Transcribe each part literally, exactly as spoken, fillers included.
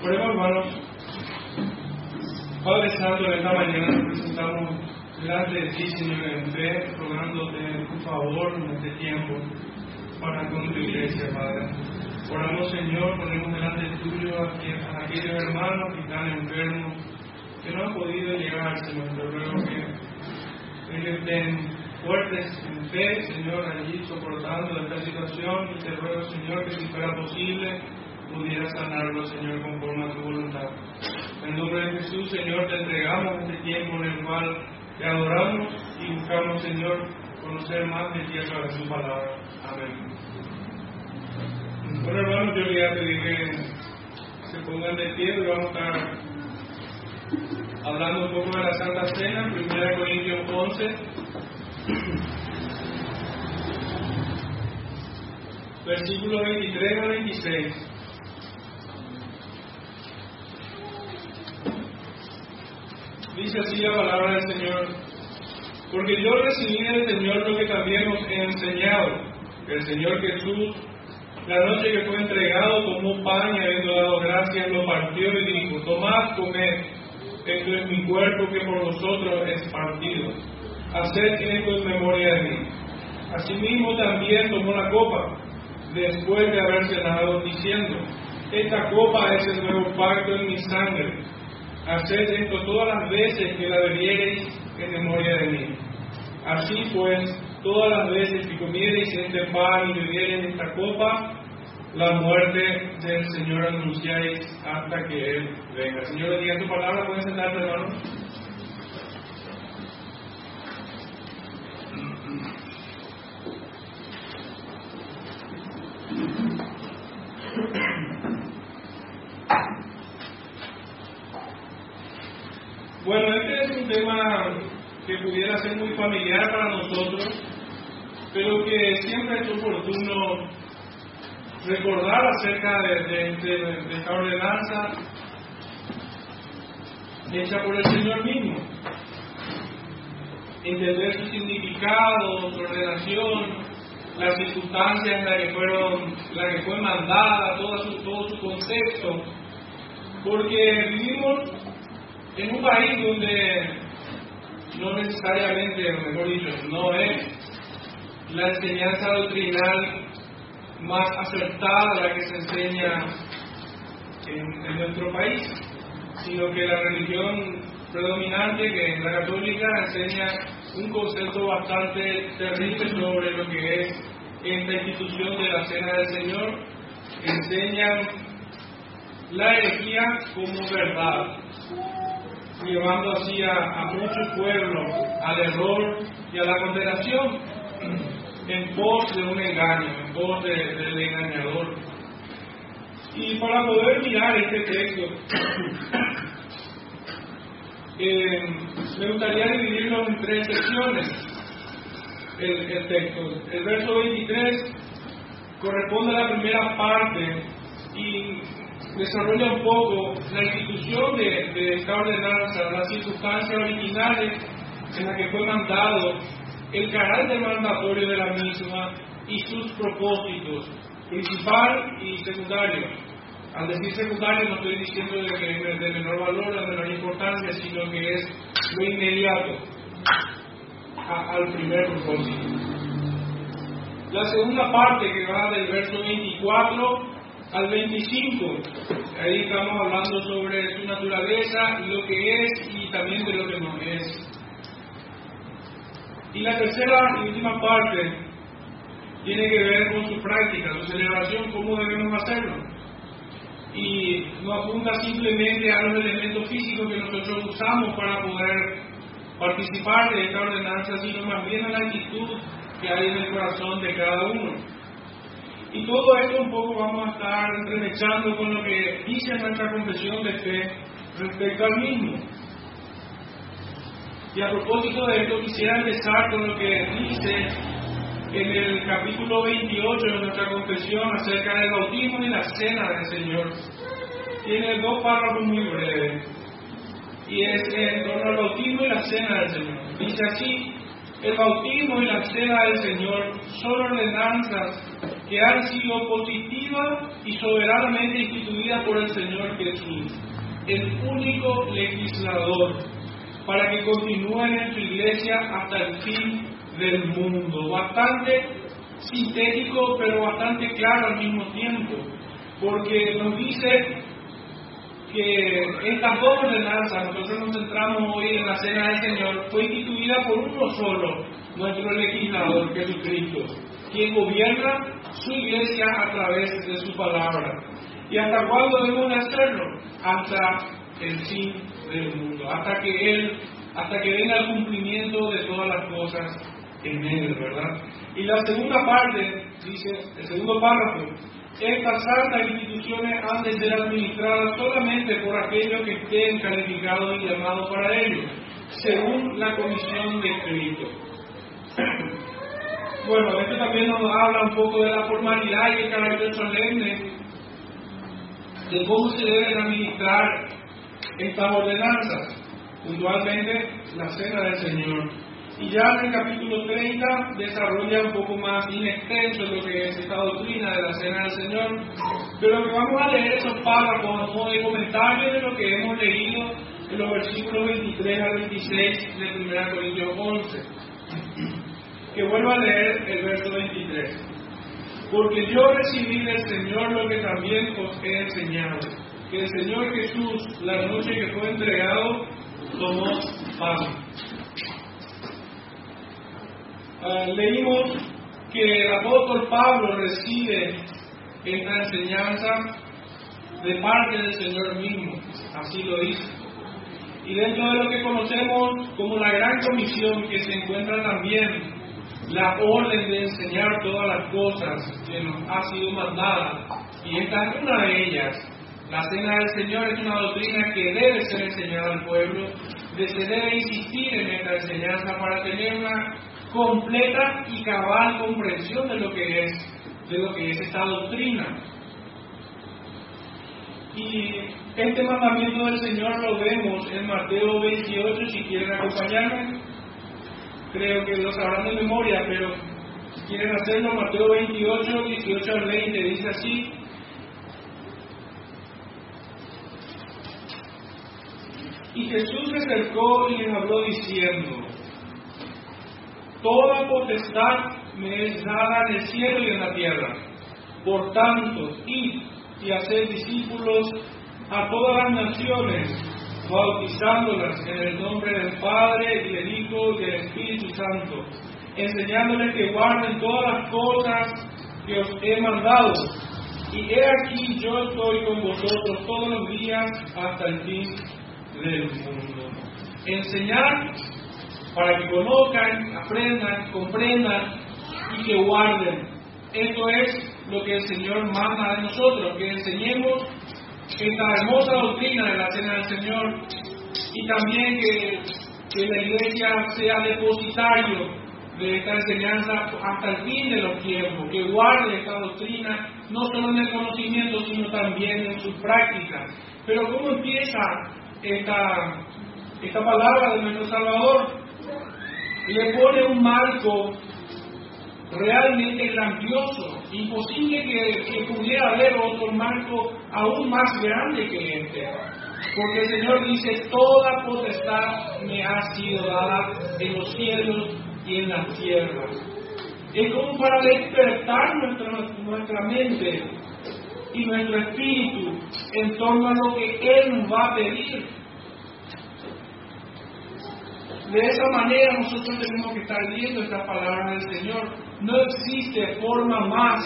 Oremos, hermanos. Padre Santo, en esta mañana nos presentamos delante de ti, Señor, en fe, rogándote tu favor en este tiempo para con tu iglesia, Padre. Oramos, Señor, ponemos delante tuyo a, a aquellos hermanos que están enfermos, que no han podido llegar, Señor. Te ruego que ellos estén fuertes en fe, Señor, allí soportando esta situación, y te ruego, Señor, que si fuera posible pudiera sanarlo, Señor, conforme a tu voluntad. En nombre de Jesús, Señor, te entregamos este tiempo en el cual te adoramos y buscamos, Señor, conocer más de ti a través de tu palabra. Amén. Bueno, hermanos, yo le voy a pedir que se pongan de pie y vamos a estar hablando un poco de la Santa Cena, primera Corintios once. Versículos veintitrés a veintiséis. Dice así la palabra del Señor: porque yo recibí del Señor lo que también os he enseñado, que el Señor Jesús, la noche que fue entregado, tomó pan y habiendo dado gracias, lo partió y dijo: tomad, comed, esto es mi cuerpo que por vosotros es partido. Haced esto en memoria de mí. Asimismo también tomó la copa, después de haber cenado, diciendo: esta copa es el nuevo pacto en mi sangre. Haced esto todas las veces que la bebiereis en memoria de mí. Así pues, todas las veces que comiereis este pan y bebiereis esta copa, la muerte del Señor anunciáis hasta que Él venga. Señor, bendiga tu palabra. ¿Pueden sentarse, hermanos? Bueno, este es un tema que pudiera ser muy familiar para nosotros, pero que siempre es oportuno recordar acerca de, de, de, de esta ordenanza hecha por el Señor mismo. Entender su significado, su ordenación, las circunstancias en las que fueron, la que fue mandada, todo su, todo su contexto, porque vivimos en un país donde no necesariamente, o mejor dicho, no es la enseñanza doctrinal más acertada la que se enseña en, en nuestro país, sino que la religión predominante, que es la católica, enseña un concepto bastante terrible sobre lo que es esta institución de la Cena del Señor. Enseñan la herejía como verdad, llevando así a, a muchos pueblos al error y a la condenación en pos de un engaño, en pos de, del engañador. Y para poder mirar este texto, eh, me gustaría dividirlo en tres secciones. El, el texto, el verso veintitrés corresponde a la primera parte y desarrolla un poco la institución de, de esta ordenanza, las circunstancias originales en las que fue mandado, el carácter mandatorio de la misma y sus propósitos, principal y secundario. Al decir secundario no estoy diciendo de que es de menor valor o de menor importancia, sino que es lo inmediato a, al primer propósito. La segunda parte, que va del verso veinticuatro al veinticinco, ahí estamos hablando sobre su naturaleza, lo que es y también de lo que no es. Y la tercera y última parte tiene que ver con su práctica, su celebración, cómo debemos hacerlo. Y no apunta simplemente a los elementos físicos que nosotros usamos para poder participar de esta ordenanza, sino más bien a la actitud que hay en el corazón de cada uno. Y todo esto un poco vamos a estar entremezclando con lo que dice nuestra confesión de fe respecto al mismo. Y a propósito de esto, quisiera empezar con lo que dice en el capítulo veintiocho de nuestra confesión acerca del bautismo y la cena del Señor. Tiene dos párrafos muy breves, y es en torno al bautismo y la cena del Señor. Dice así: el bautismo y la cena del Señor son ordenanzas que han sido positiva y soberanamente instituidas por el Señor Jesús, el único legislador, para que continúen en su iglesia hasta el fin del mundo. Bastante sintético, pero bastante claro al mismo tiempo, porque nos dice que estas dos ordenanzas, nosotros nos centramos hoy en la Cena del Señor, fue instituida por uno solo, nuestro legislador, Jesucristo, quien gobierna su iglesia a través de su palabra. ¿Y hasta cuándo debemos de hacerlo? Hasta el fin del mundo, hasta que Él, hasta que venga el cumplimiento de todas las cosas en Él, ¿verdad? Y la segunda parte, dice, el segundo párrafo, estas santas instituciones han de ser administradas solamente por aquellos que estén calificados y llamados para ello, según la comisión de Cristo. Bueno, esto también nos habla un poco de la formalidad y el carácter solemne de cómo se deben administrar estas ordenanzas, puntualmente la Cena del Señor. Y ya en el capítulo treinta desarrolla un poco más inextenso lo que es esta doctrina de la Cena del Señor, pero que vamos a leer esos párrafos a modo de comentario de lo que hemos leído en los versículos veintitrés al veintiséis de primera Corintios once. Que vuelvo a leer el verso veintitrés. Porque yo recibí del Señor lo que también os he enseñado, que el Señor Jesús, la noche que fue entregado, tomó pan. Uh, leímos que el apóstol Pablo recibe esta enseñanza de parte del Señor mismo, así lo dice. Y dentro de lo que conocemos como la gran comisión, que se encuentra también la orden de enseñar todas las cosas que nos ha sido mandada, y esta es una de ellas. La Cena del Señor es una doctrina que debe ser enseñada al pueblo, de se debe insistir en esta enseñanza para tener una completa y cabal comprensión de lo que es, de lo que es esta doctrina. Y este mandamiento del Señor lo vemos en Mateo veintiocho, si quieren acompañarme. Creo que lo sabrán de memoria, pero si quieren hacerlo, Mateo veintiocho, dieciocho al veinte, dice así: Y Jesús se acercó y les habló diciendo: Toda potestad me es dada en el cielo y en la tierra. Por tanto, id y haced discípulos a todas las naciones, bautizándolas en el nombre del Padre, y del Hijo y del Espíritu Santo, enseñándoles que guarden todas las cosas que os he mandado. Y he aquí, yo estoy con vosotros todos los días hasta el fin del mundo. Enseñar para que conozcan, aprendan, comprendan y que guarden. Esto es lo que el Señor manda de nosotros, que enseñemos esta hermosa doctrina de la Cena del Señor, y también que, que la Iglesia sea depositario de esta enseñanza hasta el fin de los tiempos, que guarde esta doctrina no solo en el conocimiento, sino también en sus prácticas. Pero ¿cómo empieza esta, esta palabra de nuestro Salvador? Le pone un marco realmente grandioso, imposible que, que pudiera haber otro marco aún más grande que este, porque el Señor dice: toda potestad me ha sido dada en los cielos y en las tierras. Es como para despertar nuestra, nuestra mente y nuestro espíritu en torno a lo que Él nos va a pedir. De esa manera nosotros tenemos que estar viendo estas palabras del Señor. No existe forma más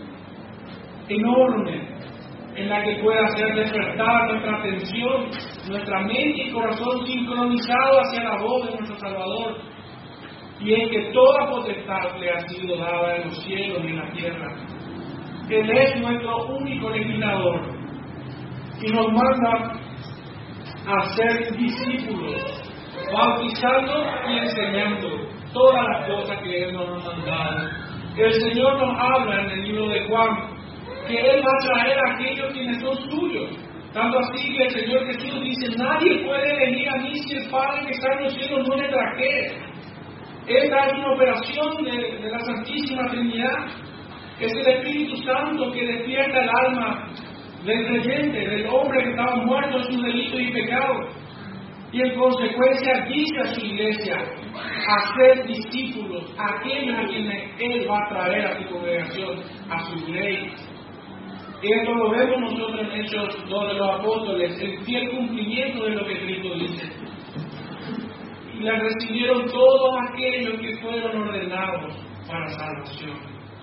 enorme en la que pueda hacer despertar nuestra atención, nuestra mente y corazón sincronizados hacia la voz de nuestro Salvador. Y es que toda potestad le ha sido dada en los cielos y en la tierra. Él es nuestro único legislador y nos manda a ser discípulos, bautizando y enseñando todas las cosas que Él nos ha mandado. El Señor nos habla en el libro de Juan que Él va a traer a aquellos quienes son suyos. Tanto así que el Señor Jesús dice: nadie puede venir a mí si el Padre que está en los cielos no le trajere. Esta es una operación de, de la Santísima Trinidad. Es el Espíritu Santo que despierta el alma del creyente, del hombre que estaba muerto en sus delitos y pecados. Y en consecuencia dice a su iglesia, hacer discípulos, a aquellos a quienes Él va a traer a su congregación, a su grey. Esto lo vemos nosotros en Hechos dos de los Apóstoles, el fiel cumplimiento de lo que Cristo dice. Y la recibieron todos aquellos que fueron ordenados para salvación.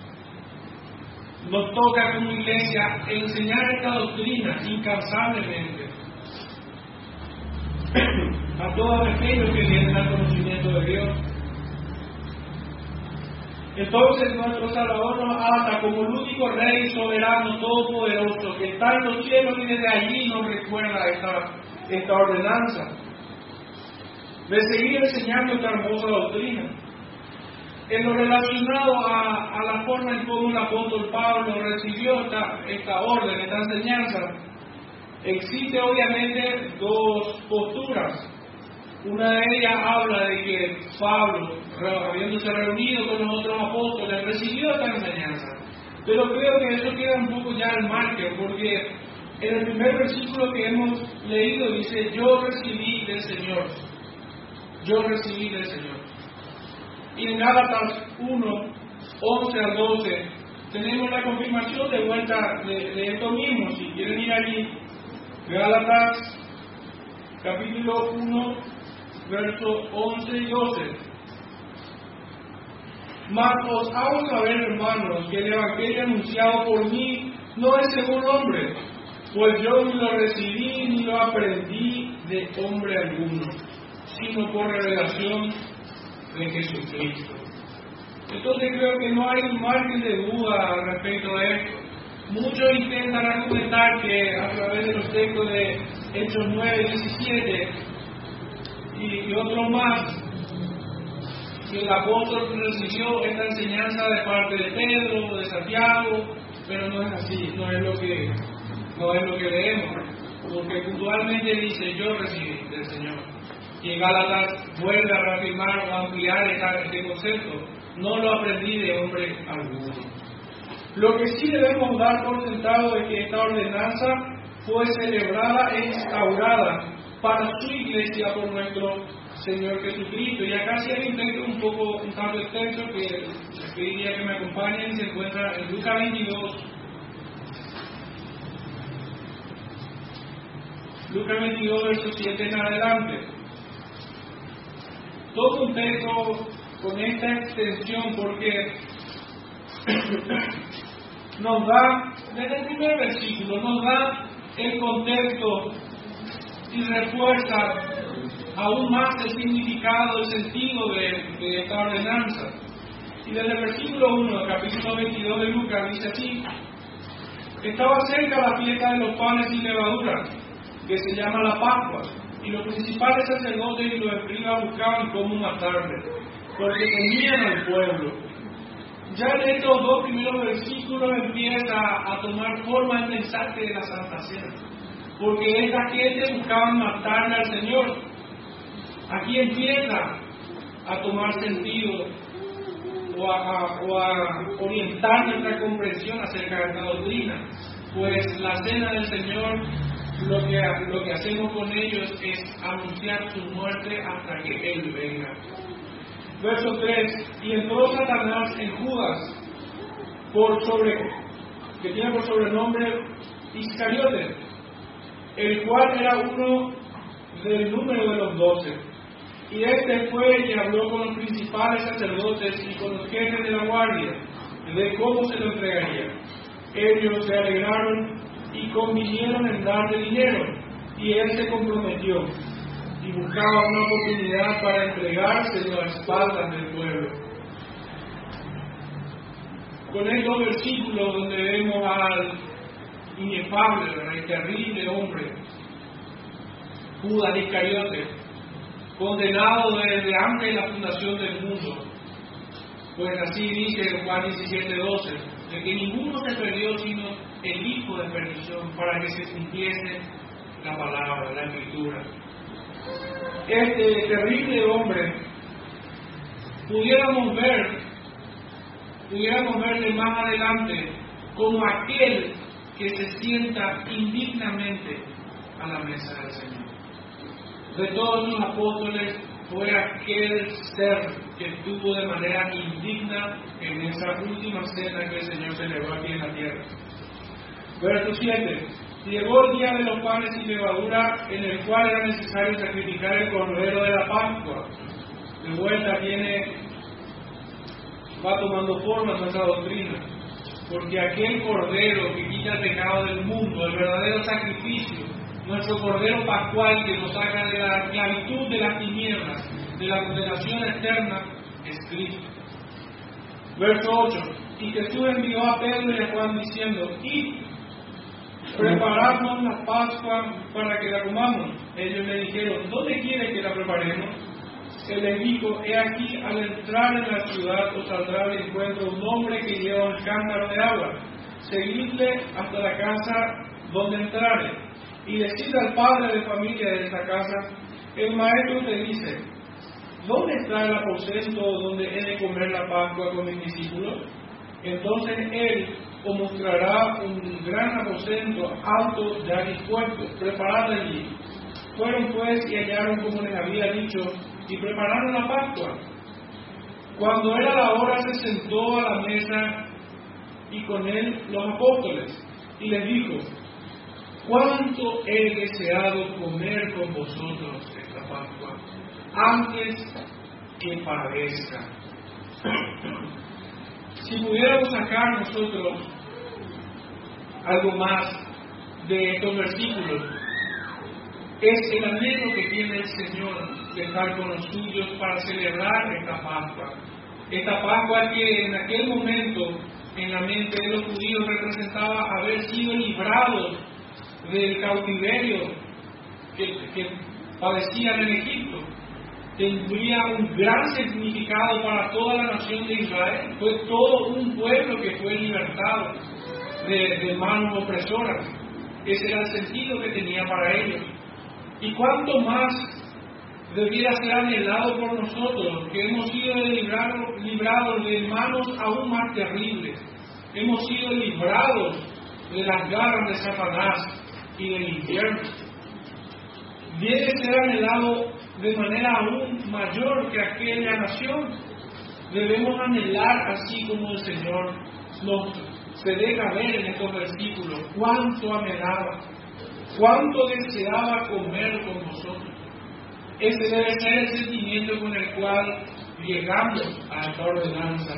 Nos toca como iglesia enseñar esta doctrina incansablemente a todos aquellos que vienen al conocimiento de Dios. Entonces nuestro Salvador nos ata como el único Rey soberano, todopoderoso, que está en los cielos, y desde allí nos recuerda esta, esta ordenanza de seguir enseñando esta hermosa doctrina. En lo relacionado a, a la forma en cómo el apóstol Pablo recibió esta, esta orden, esta enseñanza, existe obviamente dos posturas. Una de ellas habla de que Pablo, habiéndose reunido con los otros apóstoles, recibió esta enseñanza. Pero creo que eso queda un poco ya al margen, porque en el primer versículo que hemos leído dice, yo recibí del Señor. Yo recibí del Señor. Y en Gálatas uno, once al doce, tenemos la confirmación de vuelta de, de esto mismo. Si quieren ir allí, Gálatas capítulo uno, versos once y doce. Mas os hago saber, hermanos, que el evangelio anunciado por mí no es según hombre, pues yo ni lo recibí ni lo aprendí de hombre alguno, sino por revelación de Jesucristo. Entonces creo que no hay margen de duda respecto a esto. Muchos intentan argumentar que a través de los textos de Hechos nueve, diecisiete y, y otros más, que el apóstol recibió esta enseñanza de parte de Pedro, de Santiago, pero no es así, no es lo que, no es lo que leemos, porque puntualmente dice, yo recibí del Señor. Y en Gálatas vuelve a reafirmar o ampliar este concepto, no lo aprendí de hombre alguno. Lo que sí debemos dar por sentado es que esta ordenanza fue celebrada e instaurada para su iglesia por nuestro Señor Jesucristo. Y acá sí hay un texto un poco, un tanto extenso que les pediría que me acompañen, se encuentra en Lucas veintidós. Lucas veintidós, verso siete en adelante. Todo un texto con esta extensión porque nos da, desde el primer versículo, nos da el contexto y refuerza aún más el significado, el sentido de, de esta ordenanza. Y desde el versículo uno del capítulo veintidós de Lucas dice así: estaba cerca la fiesta de los panes sin levadura, que se llama la Pascua, y los principales sacerdotes y los escribas buscaban cómo matarle, porque temían al pueblo. Ya en estos dos primeros versículos empieza a tomar forma el mensaje de la Santa Cena, porque esta gente buscaba matarle al Señor. Aquí empieza a tomar sentido o a, a, o a orientar nuestra comprensión acerca de esta doctrina, pues la Cena del Señor, lo que, lo que hacemos con ellos es anunciar su muerte hasta que Él venga. Verso tres: y entró Satanás en Judas, por sobre, que tiene por sobrenombre Iscariote, el cual era uno del número de los doce. Y este fue y habló con los principales sacerdotes y con los jefes de la guardia de cómo se lo entregaría. Ellos se alegraron y convinieron en darle dinero, y él se comprometió y buscaba una oportunidad para entregárselo a espaldas del pueblo. Con estos versículos donde vemos al inefable, al terrible hombre, Judas Iscariote, condenado desde antes de la fundación del mundo, pues así dice Juan diecisiete doce, de que ninguno se perdió sino el Hijo de perdición, para que se cumpliese la palabra, la Escritura. Este terrible hombre, pudiéramos ver pudiéramos verle más adelante como aquel que se sienta indignamente a la mesa del Señor. De todos los apóstoles fue aquel ser que estuvo de manera indigna en esa última cena que el Señor celebró aquí en la tierra. Verso siete. Llegó el día de los panes sin levadura, en el cual era necesario sacrificar el cordero de la Pascua. De vuelta viene, va tomando forma nuestra doctrina, porque aquel cordero que quita el pecado del mundo, el verdadero sacrificio, nuestro cordero pascual que nos saca de la esclavitud de las tinieblas, de la condenación eterna, es Cristo. Verso ocho. Y Jesús envió a Pedro y a Juan diciendo: id, prepararnos la Pascua para que la comamos. Ellos le dijeron: ¿dónde quieres que la preparemos? Él les dijo: he aquí, al entrar en la ciudad os saldrá al encuentro un hombre que lleva un cántaro de agua. Seguidle hasta la casa donde entrare, y decid al padre de familia de esta casa: el maestro te dice, ¿dónde está el aposento donde he de comer la Pascua con mis discípulos? Entonces él os mostrará un gran aposento alto ya dispuesto, preparado allí. Fueron pues y hallaron como les había dicho, y prepararon la Pascua. Cuando era la hora, se sentó a la mesa y con él los apóstoles, y les dijo: cuánto he deseado comer con vosotros esta Pascua, antes que padezca. Si pudiéramos sacar nosotros algo más de estos versículos, es el anhelo que tiene el Señor de estar con los suyos para celebrar esta Pascua. Esta Pascua que en aquel momento en la mente de los judíos representaba haber sido librados del cautiverio que, que padecían en Egipto. Tendría un gran significado para toda la nación de Israel. Fue todo un pueblo que fue libertado de, de manos opresoras. Ese era el sentido que tenía para ellos. Y cuánto más debiera ser anhelado por nosotros, que hemos sido librados, librados de manos aún más terribles. Hemos sido librados de las garras de Satanás y del infierno. Debe ser anhelado de manera aún mayor que aquella nación. Debemos anhelar así como el Señor nos se deja ver en estos versículos cuánto anhelaba, cuánto deseaba comer con nosotros. Ese debe ser el sentimiento con el cual llegamos a esta ordenanza.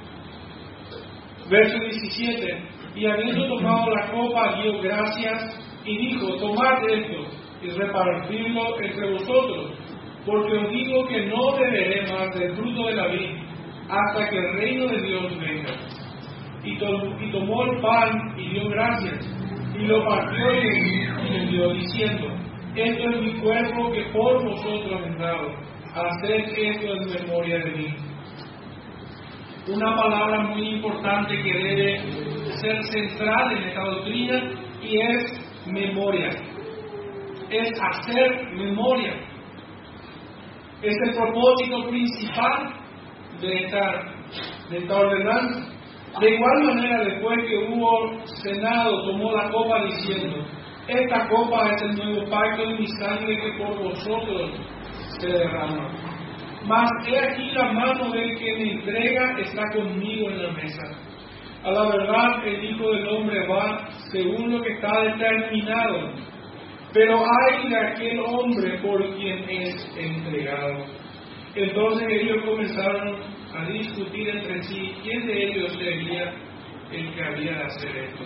Verso diecisiete. Y habiendo tomado la copa, dio gracias y dijo: tomad esto y repartidlo entre vosotros, porque os digo que no beberé más del fruto de la vid hasta que el reino de Dios venga. Y, to- y tomó el pan y dio gracias, y lo partió y le dio, diciendo: esto es mi cuerpo que por vosotros es dado, haced esto en memoria de mí. Una palabra muy importante que debe ser central en esta doctrina, y es memoria. Es hacer memoria. Es el propósito principal de esta, de esta ordenanza. De igual manera, después que hubo cenado, tomó la copa diciendo: esta copa es el nuevo pacto de mi sangre que por vosotros se derrama. Mas he aquí la mano del que me entrega está conmigo en la mesa. A la verdad, el Hijo del Hombre va según lo que está determinado, pero hay de aquel hombre por quien es entregado. Entonces ellos comenzaron a discutir entre sí quién de ellos sería el que había de hacer esto.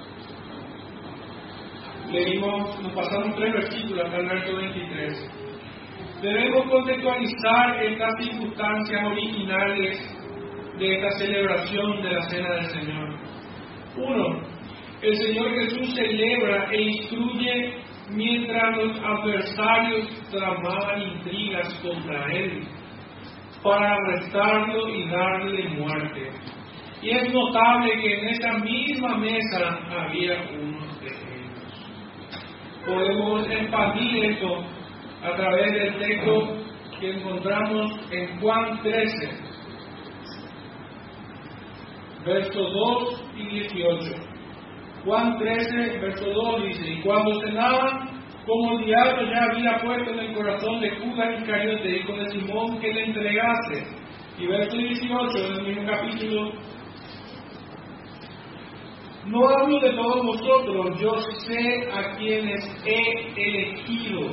Leímos, nos pasamos tres versículos hasta el verso veintitrés. Debemos contextualizar estas circunstancias originales de esta celebración de la Cena del Señor. Uno, el Señor Jesús celebra e instruye mientras los adversarios tramaban intrigas contra Él para arrestarlo y darle muerte. Y es notable que en esa misma mesa había unos de ellos. Podemos expandir esto a través del texto que encontramos en Juan trece. versos dos y dieciocho. Juan trece, verso dos dice: y cuando cenaban, como el diablo ya había puesto en el corazón de Judas Iscariote, hijo de Simón, que le entregase. Y verso dieciocho del mismo capítulo: no hablo de todos vosotros, yo sé a quienes he elegido,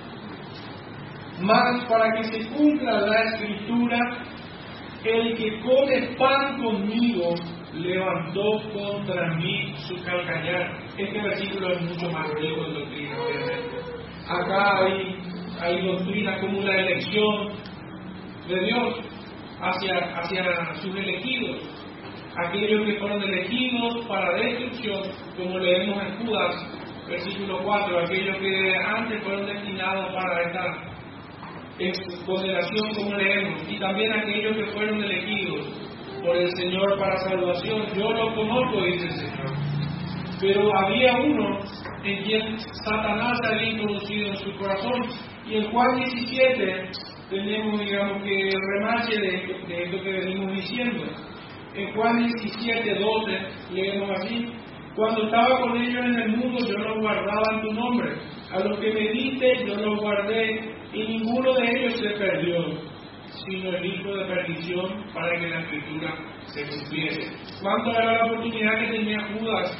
mas para que se cumpla la escritura, el que come pan conmigo levantó contra mí su calcañar. Este versículo es mucho más rico en doctrina, obviamente. Acá hay, hay doctrina como la elección de Dios hacia, hacia sus elegidos, aquellos que fueron elegidos para destrucción, como leemos en Judas, versículo cuatro, aquellos que antes fueron destinados para esta condenación, como leemos, y también aquellos que fueron elegidos por el Señor para salvación. Yo lo conozco, dice el Señor, pero había uno en quien Satanás había introducido en su corazón. Y en Juan diecisiete tenemos, digamos, que el remache de, de esto que venimos diciendo. En Juan diecisiete, doce leemos así: cuando estaba con ellos en el mundo, yo los guardaba en tu nombre. A los que me diste, yo los guardé, y ninguno de ellos se perdió, sino el hijo de perdición, para que la escritura se cumpliese. ¿Cuánto era la oportunidad que tenía Judas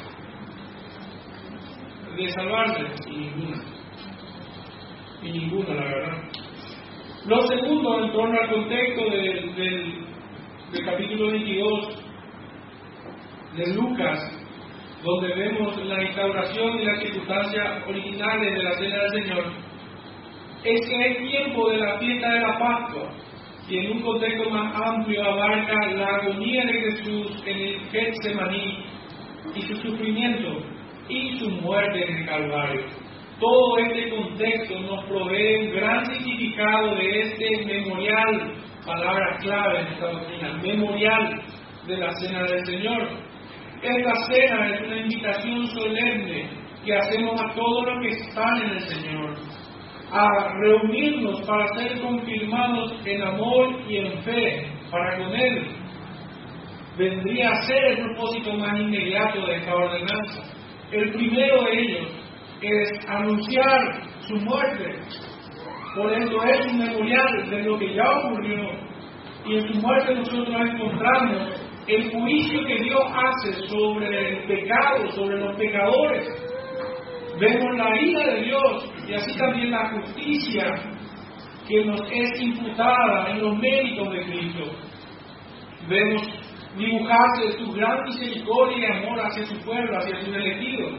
de salvarse? Y ninguna. Y ninguna, la verdad. Lo segundo, en torno al contexto del, del, del capítulo veintidós de Lucas, donde vemos la instauración y las circunstancias originales de la Cena del Señor, es que es tiempo de la fiesta de la Pascua, y en un contexto más amplio abarca la agonía de Jesús en el Getsemaní y su sufrimiento y su muerte en el Calvario. Todo este contexto nos provee un gran significado de este memorial, palabra clave en esta doctrina, memorial de la Cena del Señor. Esta cena es una invitación solemne que hacemos a todos los que están en el Señor a reunirnos para ser confirmados en amor y en fe para con Él. Vendría a ser el propósito más inmediato de esta ordenanza. El primero de ellos es anunciar su muerte. Por eso es un memorial de lo que ya ocurrió. Y en su muerte nosotros encontramos el juicio que Dios hace sobre el pecado, sobre los pecadores. Vemos la ira de Dios y así también la justicia que nos es imputada en los méritos de Cristo. Vemos dibujarse su gran misericordia y amor hacia su pueblo, hacia sus elegidos.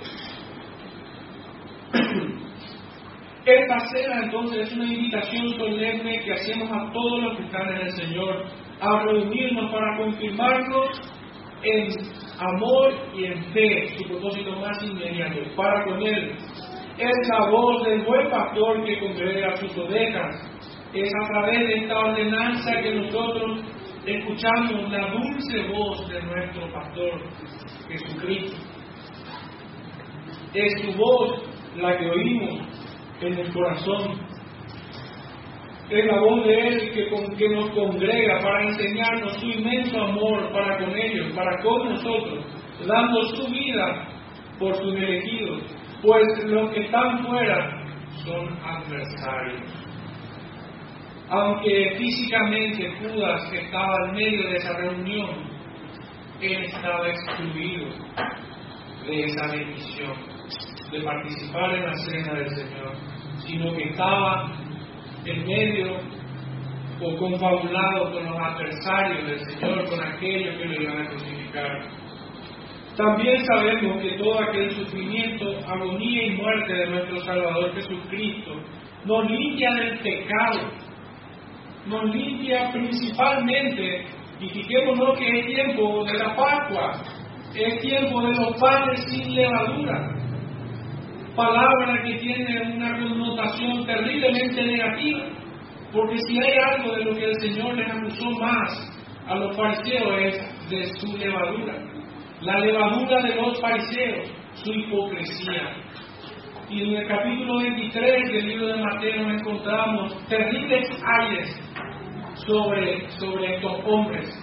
Esta cena entonces es una invitación solemne que hacemos a todos los que están en el Señor a reunirnos para confirmarnos en amor y en fe, su propósito más inmediato, para con Él. Es la voz del buen pastor que congrega a sus ovejas. Es a través de esta ordenanza que nosotros escuchamos la dulce voz de nuestro pastor, Jesucristo. Es su voz la que oímos en el corazón. Es la voz de Él que, con, que nos congrega para enseñarnos su inmenso amor para con ellos, para con nosotros, dando su vida por sus elegidos, pues los que están fuera son adversarios. Aunque físicamente Judas estaba en medio de esa reunión, él estaba excluido de esa bendición, de participar en la cena del Señor, sino que estaba en medio o confabulado con los adversarios del Señor, con aquellos que lo iban a crucificar. También sabemos que todo aquel sufrimiento, agonía y muerte de nuestro Salvador Jesucristo nos limpia del pecado, nos limpia principalmente, y fijémonos que es tiempo de la Pascua, es tiempo de los panes sin levadura, palabra que tiene una connotación terriblemente negativa, porque si hay algo de lo que el Señor les acusó más a los fariseos es de su levadura, la levadura de los fariseos, su hipocresía. Y en el capítulo veintitrés del libro de Mateo encontramos terribles ayes sobre, sobre estos hombres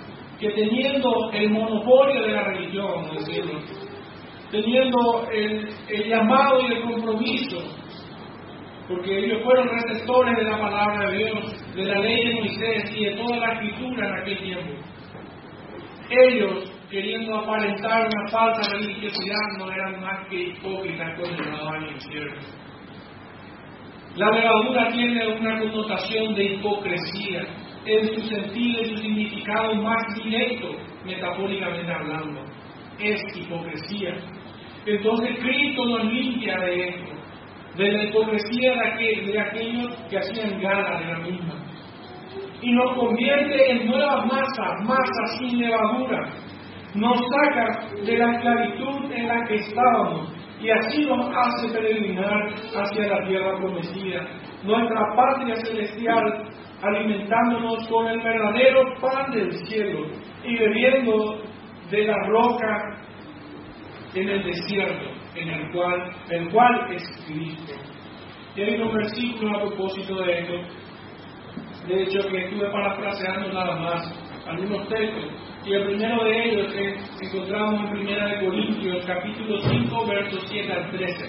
que teniendo el monopolio de la religión, vamos a decirlo, teniendo el, el llamado y el compromiso, porque ellos fueron receptores de la palabra de Dios, de la ley de Moisés y de toda la escritura en aquel tiempo, ellos, queriendo aparentar una falsa religiosidad, no eran más que hipócritas condenados al infierno. La levadura tiene una connotación de hipocresía en su sentido y su significado más directo, metafóricamente hablando. Es hipocresía. Entonces Cristo nos limpia de esto, de la hipocresía de, aquel, de aquellos que hacían gala de la misma, y nos convierte en nuevas masas, masas sin levadura. Nos saca de la esclavitud en la que estábamos y así nos hace peregrinar hacia la tierra prometida, nuestra patria celestial, alimentándonos con el verdadero pan del cielo y bebiendo de la roca en el desierto, en el cual, el cual es Cristo. Y hay unos versículos a propósito de esto, de hecho que estuve parafraseando nada más algunos textos, y el primero de ellos es, encontramos en Primera de Corintios, capítulo cinco, versos siete al trece.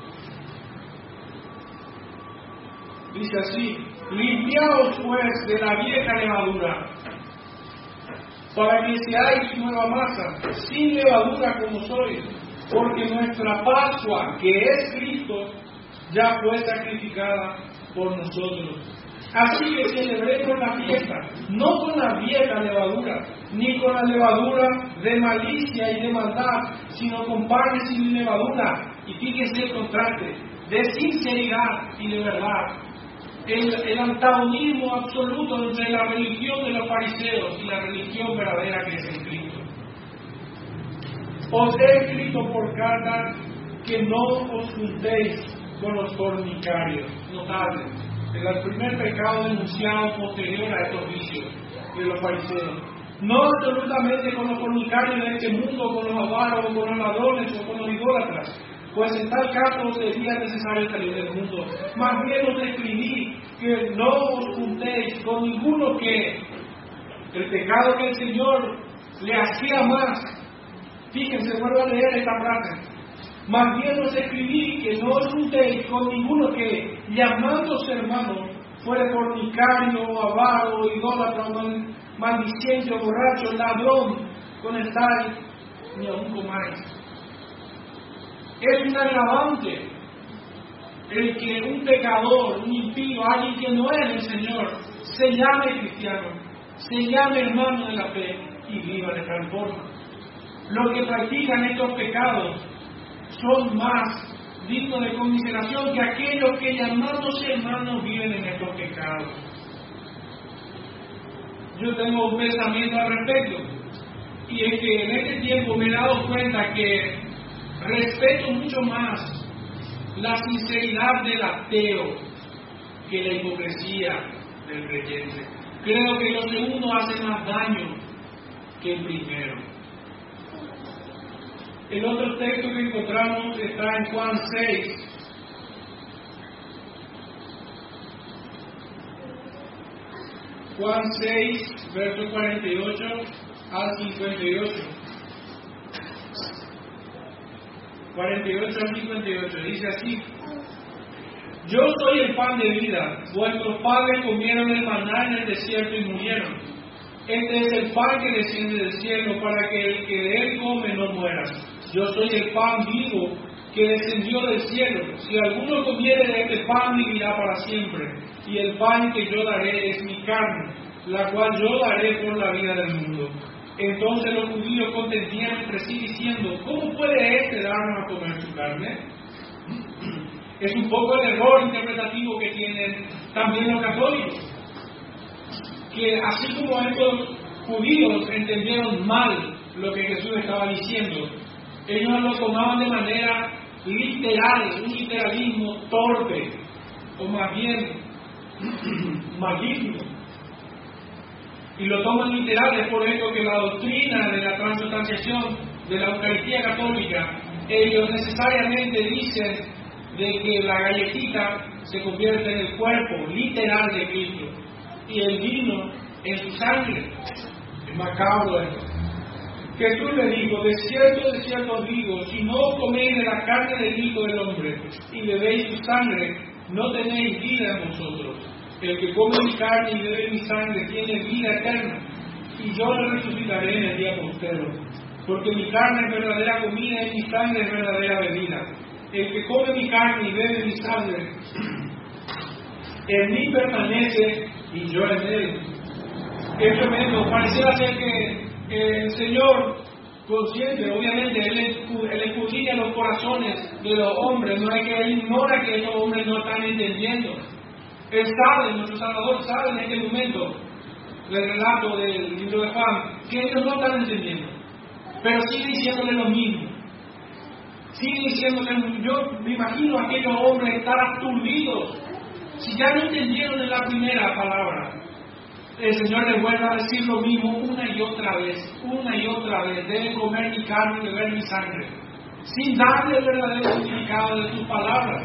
Dice así: limpiaos pues de la vieja levadura, para que seáis nueva masa, sin levadura como sois, porque nuestra Pascua, que es Cristo, ya fue sacrificada por nosotros. Así que celebremos la fiesta, no con la vieja levadura, ni con la levadura de malicia y de maldad, sino con panes sin levadura. Y fíjense el contraste, de sinceridad y de verdad. El, el antagonismo absoluto entre la religión de los fariseos y la religión verdadera que es en Cristo. Os he escrito por carta que no os juntéis con los fornicarios. Notable. El primer pecado denunciado posterior a estos vicios de los fariseos. No absolutamente con los fornicarios de este mundo, con los avaros, con los ladrones o con los idólatras, pues en tal caso sería necesario salir del mundo. Más bien os escribí que no os juntéis con ninguno que el pecado que el Señor le hacía más. Fíjense, vuelvo a leer esta frase. Más bien os escribí que no os juntéis con ninguno que, llamándose hermano, fuere fornicario, avaro, idólatra, maldiciente, borracho, ladrón, con el tal, ni aún comáis. Es un agravante el que un pecador, un impío, alguien que no es el Señor, se llame cristiano, se llame hermano de la fe y viva de tal forma. Los que practican estos pecados son más dignos de conmiseración que aquellos que llamándose hermanos viven en estos pecados. Yo tengo un pensamiento al respecto, y es que en este tiempo me he dado cuenta que respeto mucho más la sinceridad del ateo que la hipocresía del creyente. Creo que lo segundo hace más daño que el primero. El otro texto que encontramos está en Juan seis. Juan seis, verso cuarenta y ocho al cincuenta y ocho. cuarenta y ocho al cincuenta y ocho. Dice así: yo soy el pan de vida. Vuestros padres comieron el maná en el desierto y murieron. Este es el pan que desciende del cielo, para que el que de él come no muera. Yo soy el pan vivo que descendió del cielo. Si alguno comiere de este pan, vivirá para siempre. Y el pan que yo daré es mi carne, la cual yo daré por la vida del mundo. Entonces los judíos contendían entre sí diciendo: ¿cómo puede éste darnos a comer su carne? Es un poco el error interpretativo que tienen también los católicos, que así como estos judíos entendieron mal lo que Jesús estaba diciendo, ellos lo tomaban de manera literal, un literalismo torpe, o más bien maligno, y lo toman literal. Es por eso que la doctrina de la transubstanciación de la Eucaristía católica, ellos necesariamente dicen de que la galletita se convierte en el cuerpo literal de Cristo y el vino en su sangre. Es macabro esto. Jesús le dijo: de cierto, de cierto os digo, si no coméis de la carne del Hijo del Hombre y bebéis su sangre, no tenéis vida en vosotros. El que come mi carne y bebe mi sangre tiene vida eterna, y yo le resucitaré en el día postero. Porque mi carne es verdadera comida y mi sangre es verdadera bebida. El que come mi carne y bebe mi sangre, en mí permanece y yo en él. Es tremendo. Pareciera ser que el Señor, consciente, obviamente, Él escudriña los corazones de los hombres. No es que Él ignora que los hombres no están entendiendo. Él sabe, nuestro Salvador sabe en este momento del relato del libro de Juan, que ellos no están entendiendo. Pero sigue diciéndole lo mismo. Sigue diciéndole, yo me imagino a aquellos hombres estar aturdidos. Si ya no entendieron en la primera palabra, el Señor les vuelve a decir lo mismo una y otra vez, una y otra vez. Deben comer mi carne y beber mi sangre, sin darle el verdadero significado de sus palabras.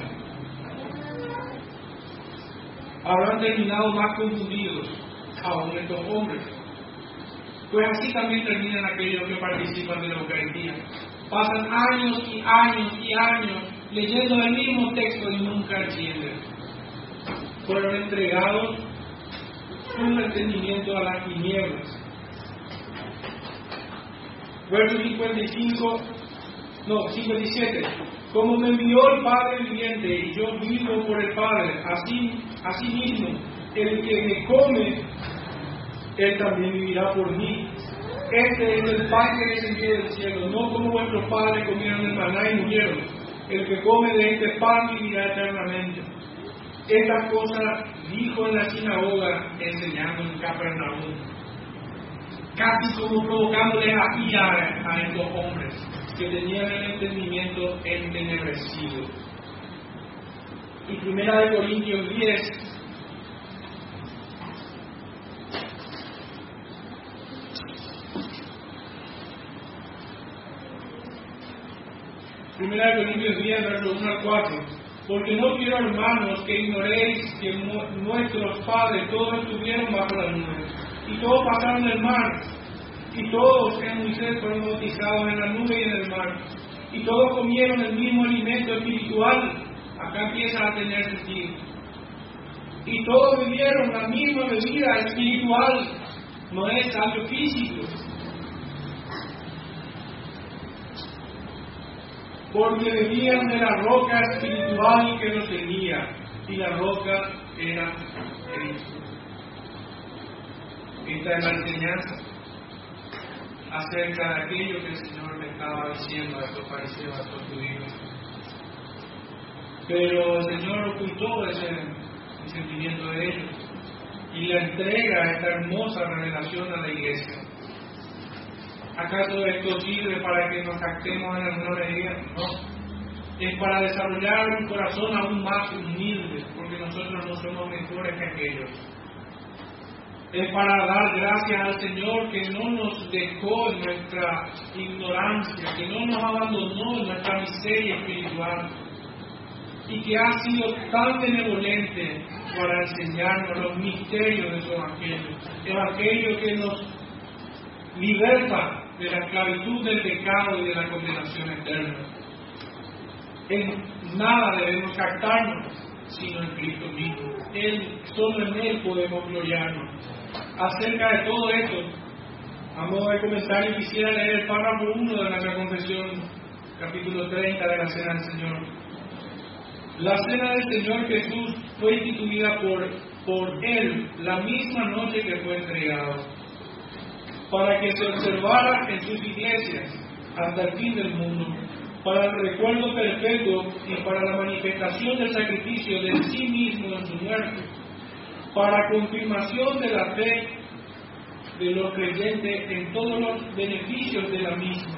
Habrán terminado más confundidos aún estos hombres. Pues así también terminan aquellos que participan de la Eucaristía. Pasan años y años y años leyendo el mismo texto y nunca entienden. Fueron entregados su entendimiento a las tinieblas. Verso cincuenta y cinco, no, cincuenta y siete. Como me envió el Padre viviente y yo vivo por el Padre, así, así mismo, el que me come, él también vivirá por mí. Este es el pan que descendió del cielo, no como vuestros padres comieron el maná y murieron. El que come de este pan vivirá eternamente. Estas cosas dijo en la sinagoga, enseñando en Capernaum, casi como provocándoles a ira a estos hombres que tenían el entendimiento entenebrecido. Y Primera de Corintios diez, Primera de Corintios diez, versos uno al cuatro. Porque no quiero, hermanos, que ignoréis que nuestros padres todos estuvieron bajo la nube, y todos pasaron el mar, y todos en Moisés fueron bautizados en la nube y en el mar, y todos comieron el mismo alimento espiritual. Acá empieza a tener sentido. Y todos bebieron la misma bebida espiritual, no es algo físico. Porque bebían de la roca espiritual que los seguía, y la roca era Cristo. Esta es la enseñanza acerca de aquello que el Señor le estaba diciendo a estos fariseos, a estos judíos. Pero el Señor ocultó ese sentimiento de ellos y le entrega esta hermosa revelación a la iglesia. ¿Acaso esto sirve para que nos jactemos en alguna medida? No. Es para desarrollar un corazón aún más humilde, porque nosotros no somos mejores que aquellos. Es para dar gracias al Señor que no nos dejó en nuestra ignorancia, que no nos abandonó en nuestra miseria espiritual, y que ha sido tan benevolente para enseñarnos los misterios de su Evangelio. Evangelio que nos liberta de la esclavitud del pecado y de la condenación eterna. En nada debemos jactarnos, sino en Cristo mismo. Él, solo en Él podemos gloriarnos. Acerca de todo esto, a modo de comentario, quisiera leer el párrafo uno de nuestra confesión, capítulo treinta de la Cena del Señor. La Cena del Señor Jesús fue instituida por, por Él la misma noche que fue entregado, para que se observara en sus iglesias hasta el fin del mundo, para el recuerdo perpetuo y para la manifestación del sacrificio de sí mismo en su muerte, para confirmación de la fe de los creyentes en todos los beneficios de la misma,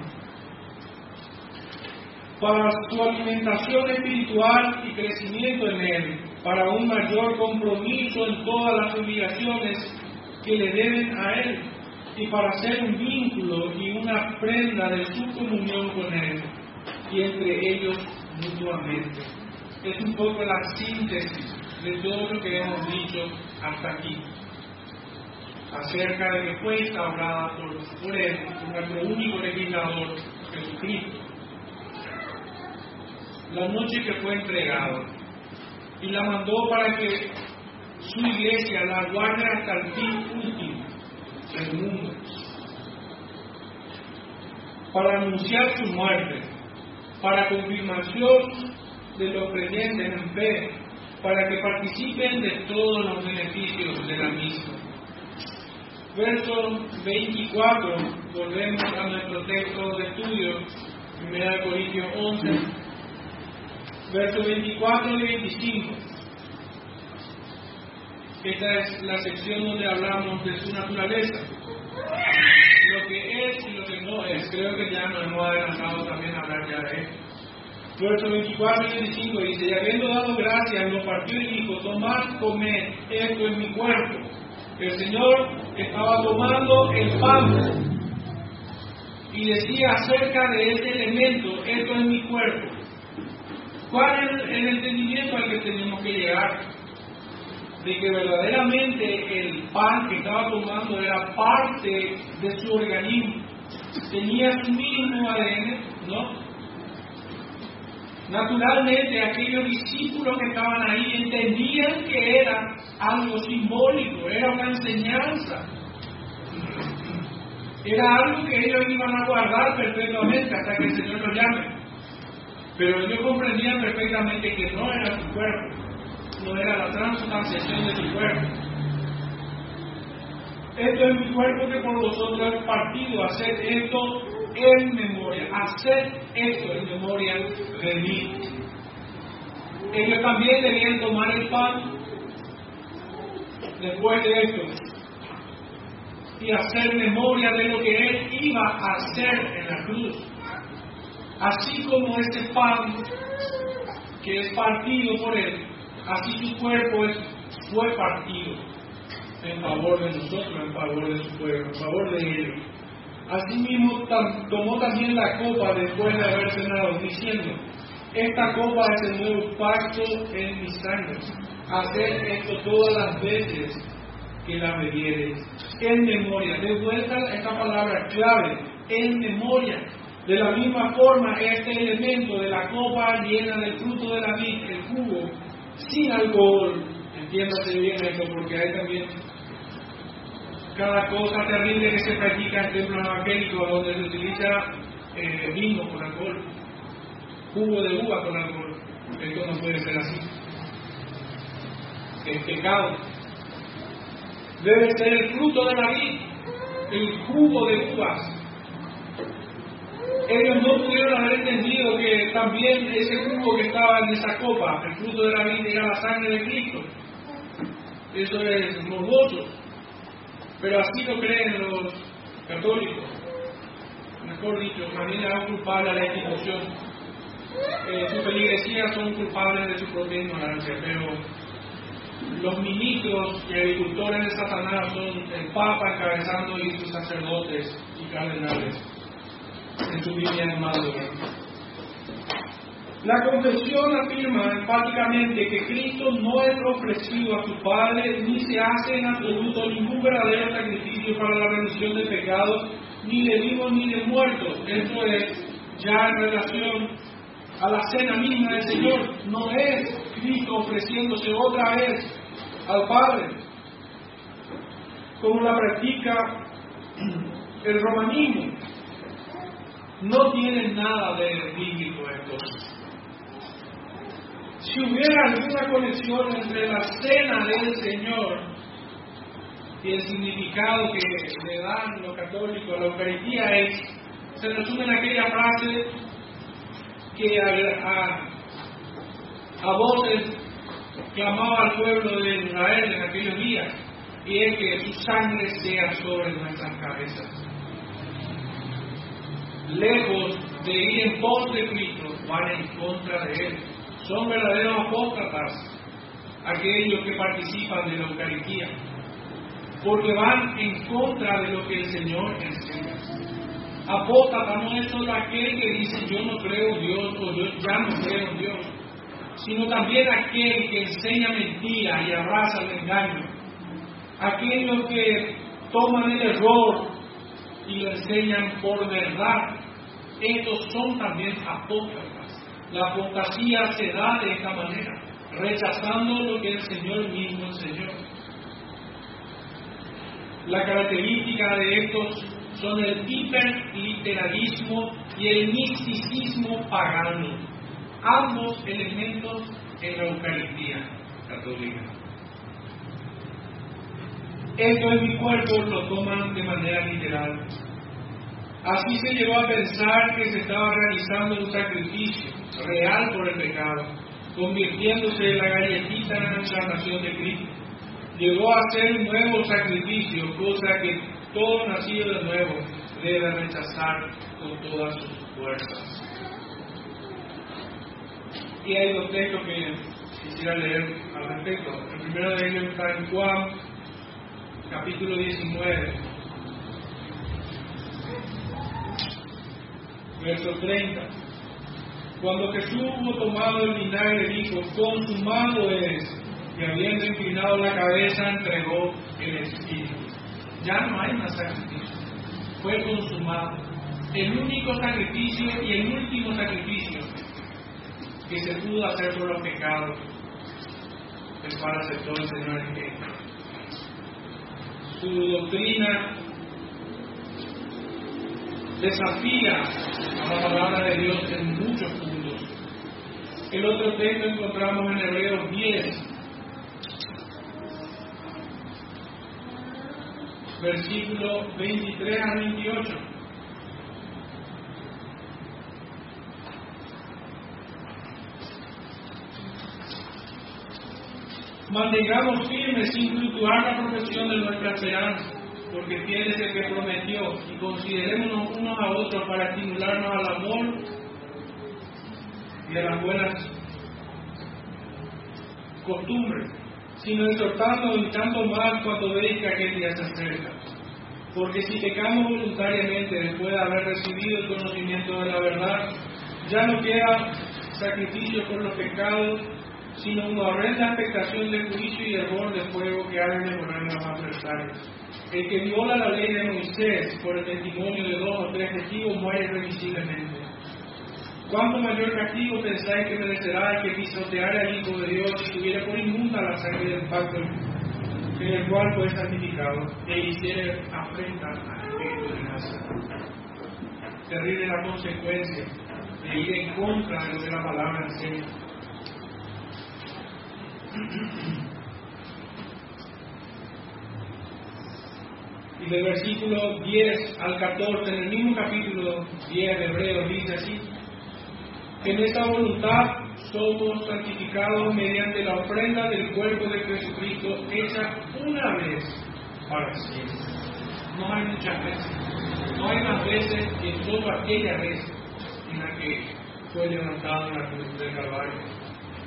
para su alimentación espiritual y crecimiento en Él, para un mayor compromiso en todas las obligaciones que le deben a Él, y para ser un vínculo y una prenda de su comunión con Él, y entre ellos mutuamente. Es un poco la síntesis de todo lo que hemos dicho hasta aquí. acerca de que fue instaurada por, por Él, nuestro único legislador, Jesucristo. La noche que fue entregado, y la mandó para que su iglesia la guarde hasta el fin último del mundo, para anunciar su muerte, para confirmación de los creyentes en fe, para que participen de todos los beneficios de la misma. Verso veinticuatro, volvemos a nuestro texto de estudio, primera Corintios once, versos veinticuatro y veinticinco. Esta es la sección donde hablamos de su naturaleza, lo que es y lo que no es. Creo que ya nos hemos adelantado también a hablar ya de esto. Versos veinticuatro y veinticinco dice: y habiendo dado gracias, lo partió y dijo: tomad, comed, esto es mi cuerpo. El Señor estaba tomando el pan y decía acerca de ese elemento: esto es mi cuerpo. ¿Cuál es el entendimiento al que tenemos que llegar? De que verdaderamente el pan que estaba tomando era parte de su organismo, tenía su mismo A D N, ¿no? Naturalmente, aquellos discípulos que estaban ahí entendían que era algo simbólico, era una enseñanza, era algo que ellos iban a guardar perfectamente hasta que el Señor los llame. Pero ellos comprendían perfectamente que no era su cuerpo, no era la transubstanciación de su cuerpo. Esto es mi cuerpo que por vosotros es partido, haced esto en memoria, haced esto en memoria de mí. Ellos también debían tomar el pan después de esto y hacer memoria de lo que Él iba a hacer en la cruz. Así como ese pan que es partido por Él, así su cuerpo es, fue partido en favor de nosotros, en favor de su pueblo, en favor de ellos. Asimismo tomó también la copa después de haber cenado, diciendo: esta copa es el nuevo pacto en mi sangre. Haced esto todas las veces que la bebiereis, en memoria. De vuelta esta palabra clave, en memoria. De la misma forma, este elemento de la copa llena del fruto de la vid, el jugo, sin alcohol, entiéndase bien esto, porque hay también cada cosa terrible que se practica en templos evangélicos donde se utiliza eh, vino con alcohol, jugo de uva con alcohol. Esto no puede ser así. Es pecado. Debe ser el fruto de la vid, el jugo de uvas. Ellos no pudieron haber entendido que también ese jugo que estaba en esa copa, el fruto de la vid, era la sangre de Cristo. Eso es morboso. Pero así lo creen los católicos. Mejor dicho, también le dan culpable a la institución. Eh, sus feligresías son culpables de su propia ignorancia, pero los ministros y agricultores de Satanás son el Papa encabezando y sus sacerdotes y cardenales en su línea de mando. La confesión afirma enfáticamente que Cristo no es ofrecido a su Padre, ni se hace en absoluto ningún verdadero sacrificio para la remisión de pecados, ni de vivos ni de muertos. Esto es ya en relación a la cena misma del Señor. No es Cristo ofreciéndose otra vez al Padre, como la practica el romanismo. No tiene nada de bíblico esto. Si hubiera alguna conexión entre la cena del Señor y el significado que le dan los católicos a la Eucaristía, es, se resume en aquella frase que a, a, a voces clamaba al pueblo de Israel en aquellos días, y es que su sangre sea sobre nuestras cabezas. Lejos de ir en pos de Cristo, van en contra de Él. Son verdaderos apóstatas aquellos que participan de la Eucaristía, porque van en contra de lo que el Señor enseña. Apóstata no es solo aquel que dice yo no creo en Dios o yo ya no creo en Dios, sino también aquel que enseña mentira y abraza el engaño. Aquellos que toman el error y lo enseñan por verdad. Estos son también apóstatas. La apostasía se da de esta manera, rechazando lo que el Señor mismo enseñó. La característica de estos son el hiperliteralismo y el misticismo pagano, ambos elementos en la Eucaristía católica. Esto en mi cuerpo lo toman de manera literal. Así se llegó a pensar que se estaba realizando un sacrificio real por el pecado, convirtiéndose en la galletita en la encarnación de Cristo. Llegó a ser un nuevo sacrificio, cosa que todo nacido de nuevo debe rechazar con todas sus fuerzas. Y hay dos textos que quisiera leer al respecto. El primero de ellos está en Juan, capítulo diecinueve, verso treinta. Cuando Jesús hubo tomado el vinagre, dijo: consumado es. Y habiendo inclinado la cabeza, entregó el Espíritu. Ya no hay más sacrificio. Fue consumado. El único sacrificio y el último sacrificio que se pudo hacer por los pecados, el cual aceptó el Señor en Cristo. Su doctrina desafía a la palabra de Dios en muchos puntos. El otro texto encontramos en Hebreos diez, versículo veintitrés a veintiocho. Mantengamos firmes sin fluctuar la profesión de nuestra esperanza, porque fiel es el que prometió, y considerémonos unos a otros para estimularnos al amor y a las buenas costumbres, sino exhortando y tanto más cuando veis que aquel día se acerca. Porque si pecamos voluntariamente después de haber recibido el conocimiento de la verdad, ya no queda sacrificio por los pecados, sino una horrenda expectación de juicio y hervor de fuego que ha de devorar a los adversarios. El que viola la ley de Moisés por el testimonio de dos o tres testigos muere irremisiblemente. ¿Cuánto mayor castigo pensáis que merecerá el que pisoteara al Hijo de Dios y tuviera por inmunda la sangre del pacto en el cual fue santificado e hiciera afrenta al Espíritu de gracia? Terrible la consecuencia de ir en contra de lo que la palabra enseña. Y del versículo diez al catorce, en el mismo capítulo diez de Hebreos, dice así: en esta voluntad somos santificados mediante la ofrenda del cuerpo de Jesucristo, hecha una vez para siempre. No hay muchas veces, no hay más veces que solo aquella vez en la que fue levantado en la cruz del Calvario.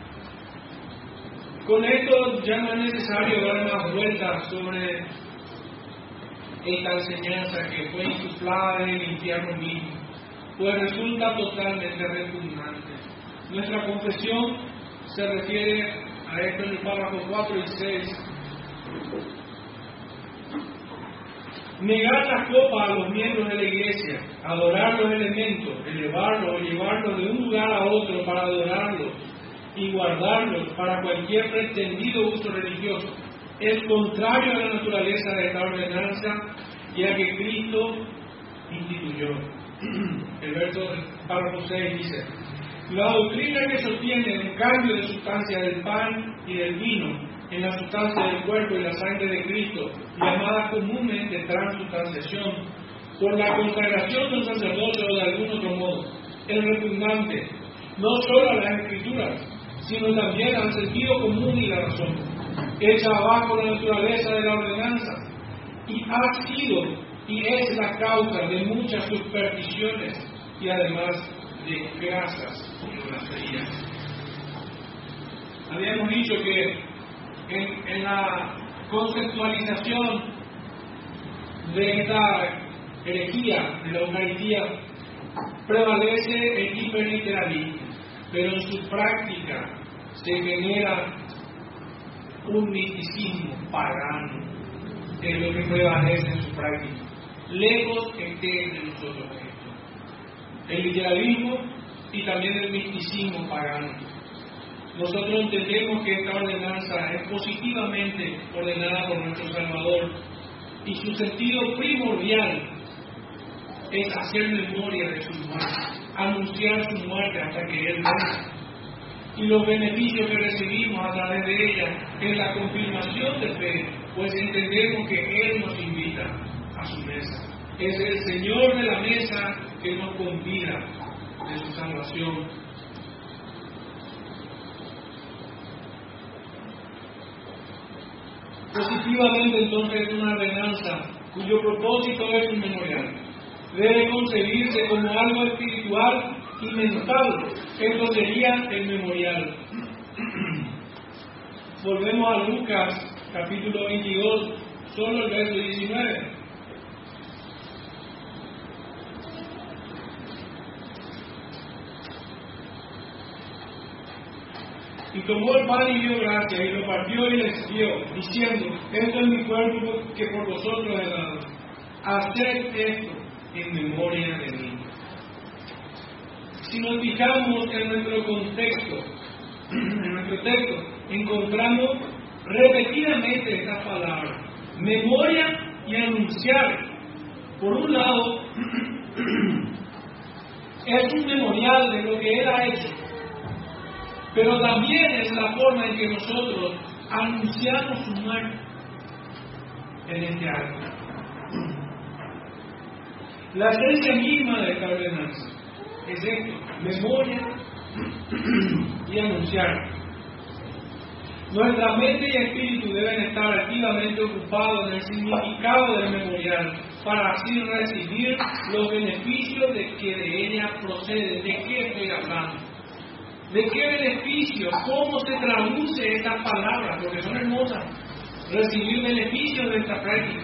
Con esto ya no es necesario dar más vueltas sobre esta enseñanza que fue insuflada en el infierno mismo, pues resulta totalmente repugnante. Nuestra confesión se refiere a esto en el párrafo cuatro y seis. Negar la copa a los miembros de la iglesia, adorar los elementos, elevarlos o llevarlos de un lugar a otro para adorarlos y guardarlos para cualquier pretendido uso religioso, es contrario a la naturaleza de esta ordenanza y a que Cristo instituyó. El verso del párrafo seis dice: la doctrina que sostiene el cambio de sustancia del pan y del vino en la sustancia del cuerpo y la sangre de Cristo, llamada comúnmente transubstanciación, por la consagración de un sacerdote o de algún otro modo, es repugnante no solo a las Escrituras, sino también al sentido común y la razón, hecha abajo la naturaleza de la ordenanza, y ha sido y es la causa de muchas supersticiones y además de grasas y groserías. Habíamos dicho que en, en la conceptualización de esta herejía de la Eucaristía prevalece el hiperliteralismo, pero en su práctica se genera un misticismo pagano, es lo que prevalece en su práctica. Lejos esté de nosotros esto. El literalismo y también el misticismo pagano. Nosotros entendemos que esta ordenanza es positivamente ordenada por nuestro Salvador y su sentido primordial es hacer memoria de su muerte, anunciar su muerte hasta que Él venga. Y los beneficios que recibimos a través de ella es la confirmación de fe, pues entendemos que Él nos invita a su mesa. Es el Señor de la mesa que nos convida de su salvación. Positivamente, entonces, es una ordenanza cuyo propósito es un memorial. Debe concebirse como algo espiritual y mental. Esto sería el memorial. Volvemos a Lucas, capítulo veintidós, solo el verso diecinueve. Y tomó el pan y dio gracias, y lo partió y les dio, diciendo: esto es mi cuerpo que por vosotros he dado. Haced esto en memoria de mí. Si nos fijamos en nuestro contexto, en nuestro texto, encontramos repetidamente estas palabras: memoria y anunciar. Por un lado, es un memorial de lo que Él ha hecho, pero también es la forma en que nosotros anunciamos su muerte en este acto. La esencia misma de esta ordenanza es esto: memoria y anunciar. Nuestra mente y espíritu deben estar activamente ocupados en el significado del memorial para así recibir los beneficios de que de ella procede. ¿De qué estoy hablando? ¿De qué beneficio? ¿Cómo se traduce estas palabras? Porque son hermosas. Recibir beneficios de esta práctica.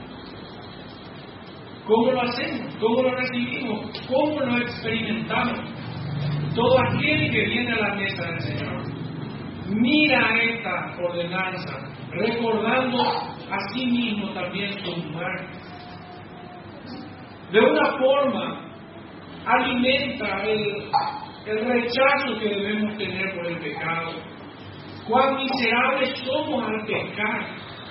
¿Cómo lo hacemos? ¿Cómo lo recibimos? ¿Cómo lo experimentamos? Todo aquel que viene a la mesa del Señor mira esta ordenanza, recordando a sí mismo también su muerte. De una forma, alimenta el El rechazo que debemos tener por el pecado. Cuán miserables somos al pecar.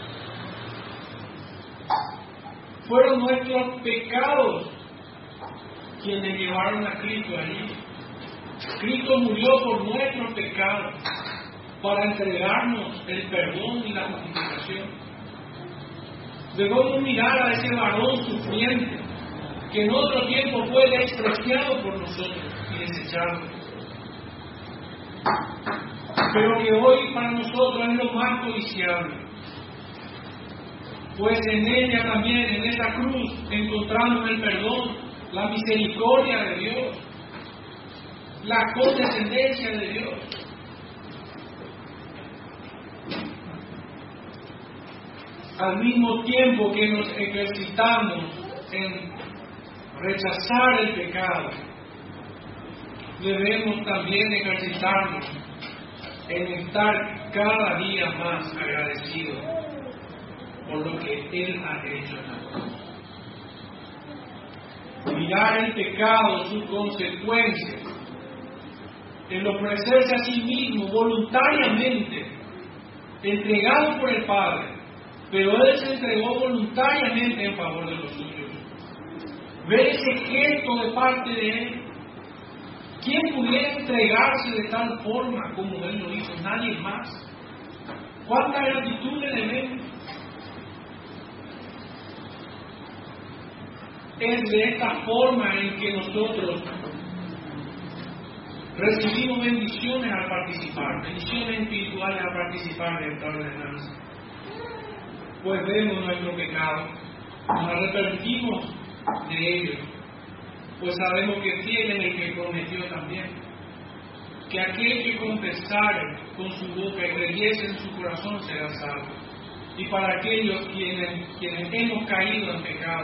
Fueron nuestros pecados quienes llevaron a Cristo allí. Cristo murió por nuestros pecados para entregarnos el perdón y la justificación. Debemos mirar a ese varón sufriente que en otro tiempo fue despreciado por nosotros y desechado, pero que hoy para nosotros es lo más codiciable, pues en ella también, en esa cruz, encontramos el perdón, la misericordia de Dios, la condescendencia de Dios. Al mismo tiempo que nos ejercitamos en rechazar el pecado, debemos también ejercitarnos en estar cada día más agradecidos por lo que Él ha hecho en nosotros. Mirar el pecado, sus consecuencias, el ofrecerse a sí mismo voluntariamente, entregado por el Padre, pero Él se entregó voluntariamente en favor de los suyos. Ver ese gesto de parte de Él. ¿Quién pudiera entregarse de tal forma como Él lo hizo? Nadie más. ¿Cuánta gratitud le debemos? Es de esta forma en que nosotros recibimos bendiciones al participar, bendiciones espirituales al participar de esta ordenanza. Pues vemos nuestro pecado, nos arrepentimos de ello, pues sabemos que fiel es el que prometió también, que aquel que confesare con su boca y creyese en su corazón será salvo. Y para aquellos quienes, quienes hemos caído en pecado,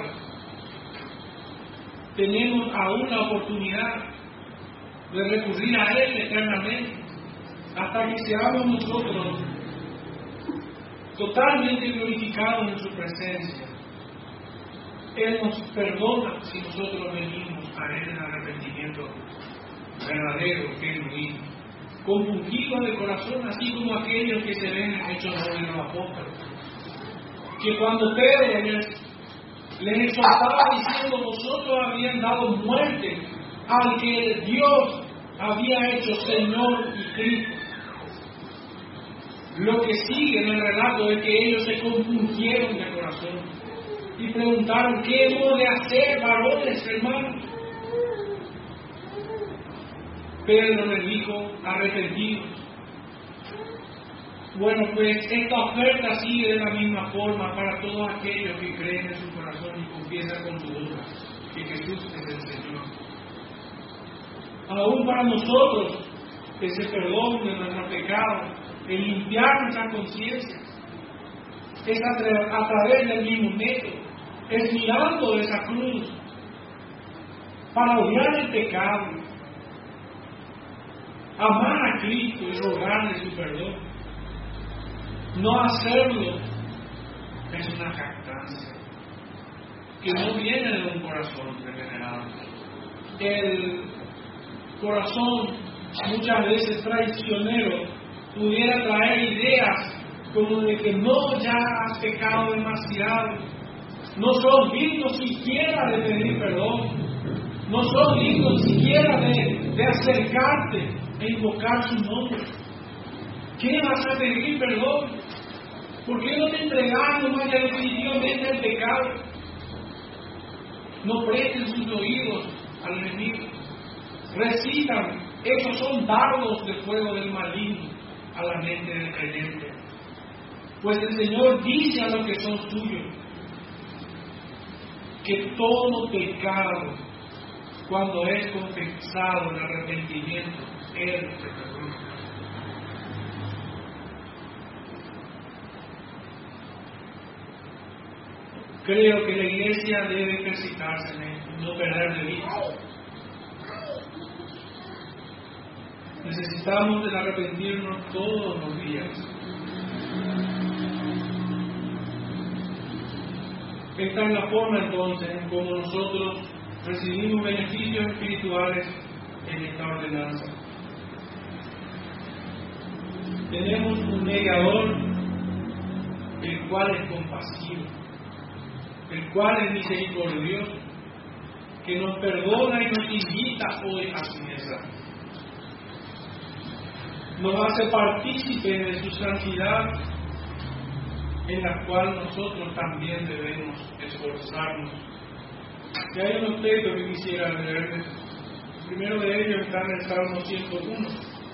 tenemos aún la oportunidad de recurrir a Él eternamente, hasta que seamos nosotros totalmente glorificados en su presencia, Él nos perdona si nosotros venimos a Él en arrepentimiento verdadero, genuino, compungido de corazón, así como aquellos que se ven en Hechos de los Apóstoles, que cuando Pedro les, les exhortaba diciendo: vosotros habían dado muerte al que Dios había hecho Señor y Cristo. Lo que sigue en el relato es que ellos se compungieron de corazón y preguntaron: ¿qué hemos de hacer, varones, hermanos? Pedro les dijo: arrepentidos. Bueno, pues esta oferta sigue de la misma forma para todos aquellos que creen en su corazón y confiesan con su boca que Jesús es el Señor. Aún para nosotros, ese perdón de nuestros pecados, el limpiar nuestra conciencia, es a, tra- a través del mismo método, es mirando esa cruz para odiar el pecado, amar a Cristo y rogarle su perdón. No hacerlo es una jactancia que no viene de un corazón regenerado. El corazón, muchas veces traicionero, pudiera traer ideas como de que no, ya has pecado demasiado, no sos dignos siquiera de pedir perdón, no sos dignos siquiera de, de acercarte e invocar su nombre. ¿Qué vas a pedir perdón? ¿Por qué no te entregas nomás ya definitivamente al pecado? No presten sus oídos al enemigo. Recitan, esos son dardos de fuego del maligno a la mente del creyente. Pues el Señor dice a los que son suyos que todo pecado, cuando es confesado en arrepentimiento, Él se perdona. Creo que la iglesia debe ejercitarse en esto, no perder de vista. Necesitamos del arrepentirnos todos los días. Esta es la forma entonces en cómo nosotros recibimos beneficios espirituales en esta ordenanza. Tenemos un mediador, el cual es compasivo, el cual es misericordioso, que nos perdona y nos invita hoy a su mesa. Nos hace partícipes de su santidad, en la cual nosotros también debemos esforzarnos. Y hay unos textos que quisiera leerles. El primero de ellos está en el Salmo ciento uno.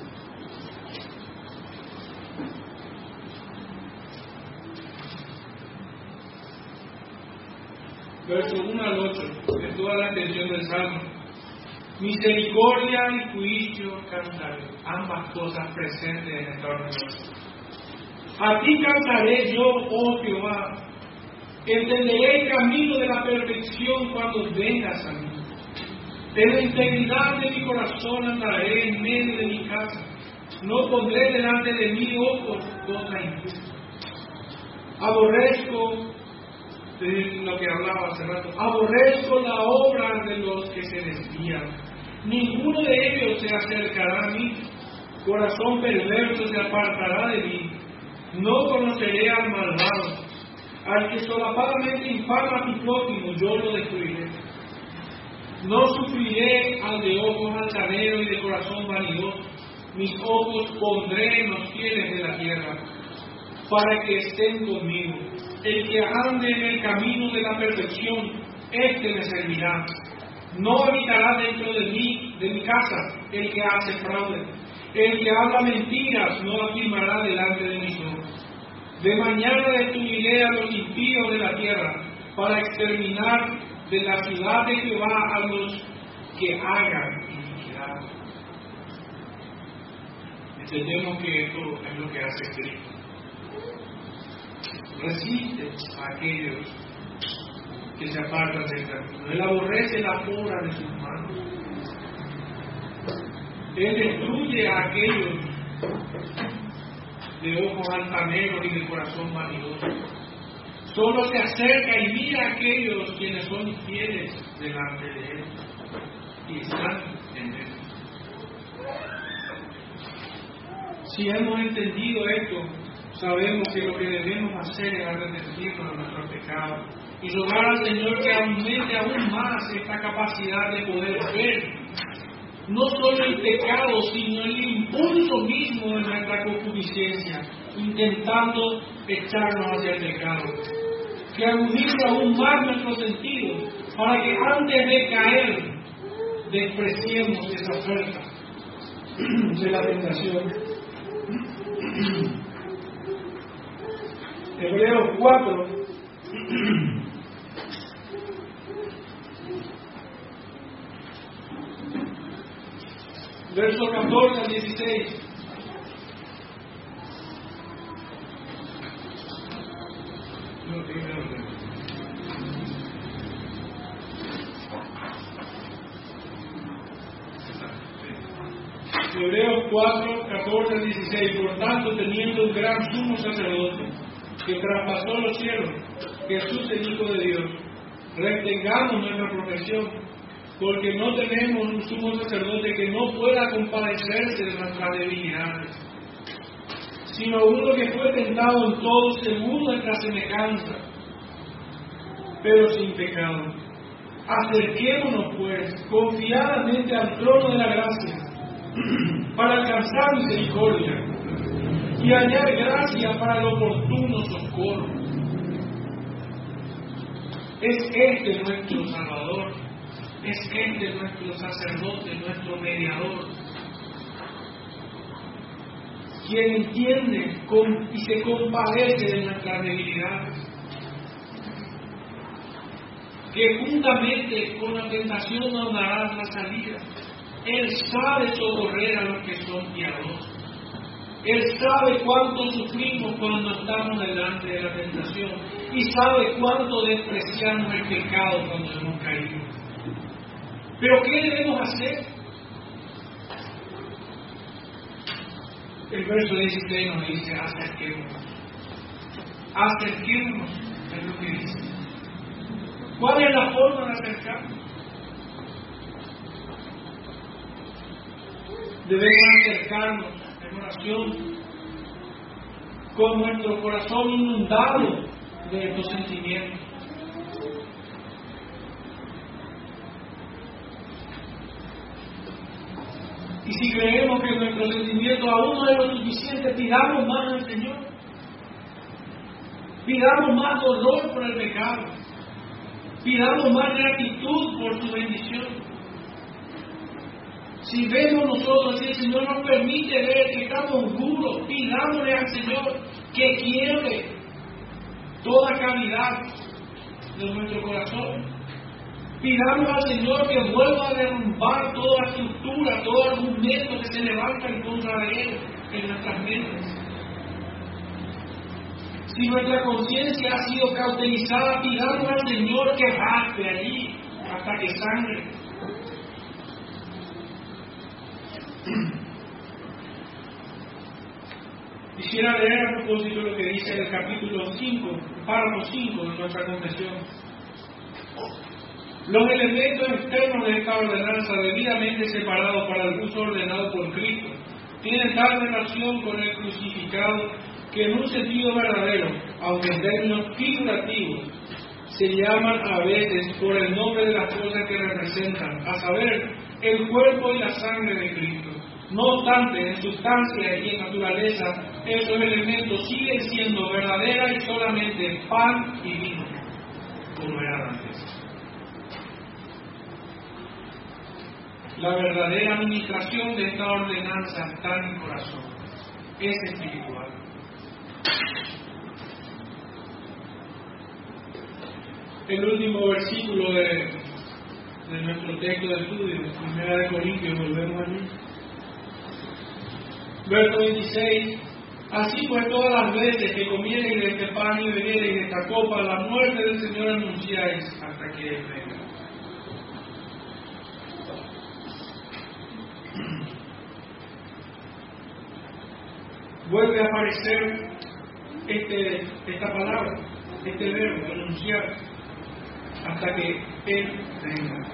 Verso uno al ocho, de toda la atención del Salmo. Misericordia y juicio cantaré, ambas cosas presentes en esta ordenanza. A ti cantaré yo, oh Jehová, entenderé el camino de la perfección cuando vengas a mí. En la integridad de mi corazón andaré en medio de mi casa, no pondré delante de mí ojos cosa injusta. Aborrezco, de lo que hablaba hace rato, aborrezco la obra de los que se desvían. Ninguno de ellos se acercará a mí, corazón perverso se apartará de mí. No conoceré al malvado, al que solapadamente infama a su prójimo, yo lo destruiré. No sufriré al de ojos altaneros y de corazón vanidoso. Mis ojos pondré en los fieles de la tierra, para que estén conmigo. El que ande en el camino de la perfección, éste me servirá. No habitará dentro de mí, de mi casa, el que hace fraude. El que habla mentiras no afirmará delante de mis ojos. De mañana destruiré a los impíos de la tierra, para exterminar de la ciudad de Jehová a los que hagan iniquidad. Entendemos que esto es lo que hace Cristo. Resiste a aquellos que se apartan del camino. Él aborrece la obra de sus manos. Él destruye a aquellos de ojos altaneros y de corazón vanidoso. Solo se acerca y mira a aquellos quienes son fieles delante de Él y están en Él. Si hemos entendido esto, sabemos que lo que debemos hacer es arrepentirnos de nuestros pecados y rogar al Señor que aumente aún más esta capacidad de poder ver no solo el pecado, sino el impulso mismo de nuestra concupiscencia, intentando echarnos hacia el pecado. Que agudice aún más nuestros sentidos, para que antes de caer, despreciemos esa oferta de la tentación. Hebreos cuatro. Verso catorce al dieciséis. Hebreos cuatro, catorce al dieciséis. Por tanto, teniendo un gran sumo sacerdote que traspasó los cielos, Jesús el Hijo de Dios, retengamos nuestra profesión, porque no tenemos un sumo sacerdote que no pueda compadecerse de nuestras debilidades, sino uno que fue tentado en todo según nuestra semejanza, pero sin pecado. Acerquémonos pues confiadamente al trono de la gracia, para alcanzar misericordia y hallar gracia para el oportuno socorro. Es este nuestro Salvador, es este nuestro sacerdote, nuestro mediador, quien entiende y se compadece de nuestras debilidades, que juntamente con la tentación nos dará la salida. Él sabe socorrer a los que son piadosos. Él sabe cuánto sufrimos cuando estamos delante de la tentación y sabe cuánto despreciamos el pecado cuando hemos caído. Pero ¿qué debemos hacer? El verso dieciséis nos dice: acerquémonos. Acerquémonos, es lo que dice. ¿Cuál es la forma de acercarnos? Debemos acercarnos en oración con nuestro corazón inundado de estos sentimientos. Y si creemos que nuestro sentimiento aún no es lo suficiente, pidamos más al Señor. Pidamos más dolor por el pecado. Pidamos más gratitud por su bendición. Si vemos nosotros que el Señor nos permite ver que estamos duros, pidámosle al Señor que quiebre toda cavidad de nuestro corazón. Pidamos al Señor que vuelva a derrumbar toda estructura, todo argumento que se levanta en contra de Él en nuestras mentes. Si nuestra conciencia ha sido cauterizada, pidamos al Señor que raspe allí hasta que sangre. Quisiera leer a propósito lo que dice el capítulo cinco, párrafo cinco de nuestra confesión. Los elementos externos de esta ordenanza, debidamente separados para el uso ordenado por Cristo, tienen tal relación con el crucificado que en un sentido verdadero, aunque en términos figurativos, se llaman a veces por el nombre de las cosas que representan, a saber, el cuerpo y la sangre de Cristo. No obstante, en sustancia y en naturaleza, esos elementos siguen siendo verdadera y solamente pan y vino, como eran antes. La verdadera administración de esta ordenanza está en el corazón, es espiritual. El último versículo de, de nuestro texto de estudio, Primera de Corintios, volvemos allí. Verso veintiséis: así pues, todas las veces que comiereis de este pan y bebiereis de esta copa, la muerte del Señor anunciáis hasta que Él venga. vuelve a aparecer este, esta palabra, este verbo, renunciar, hasta que Él venga.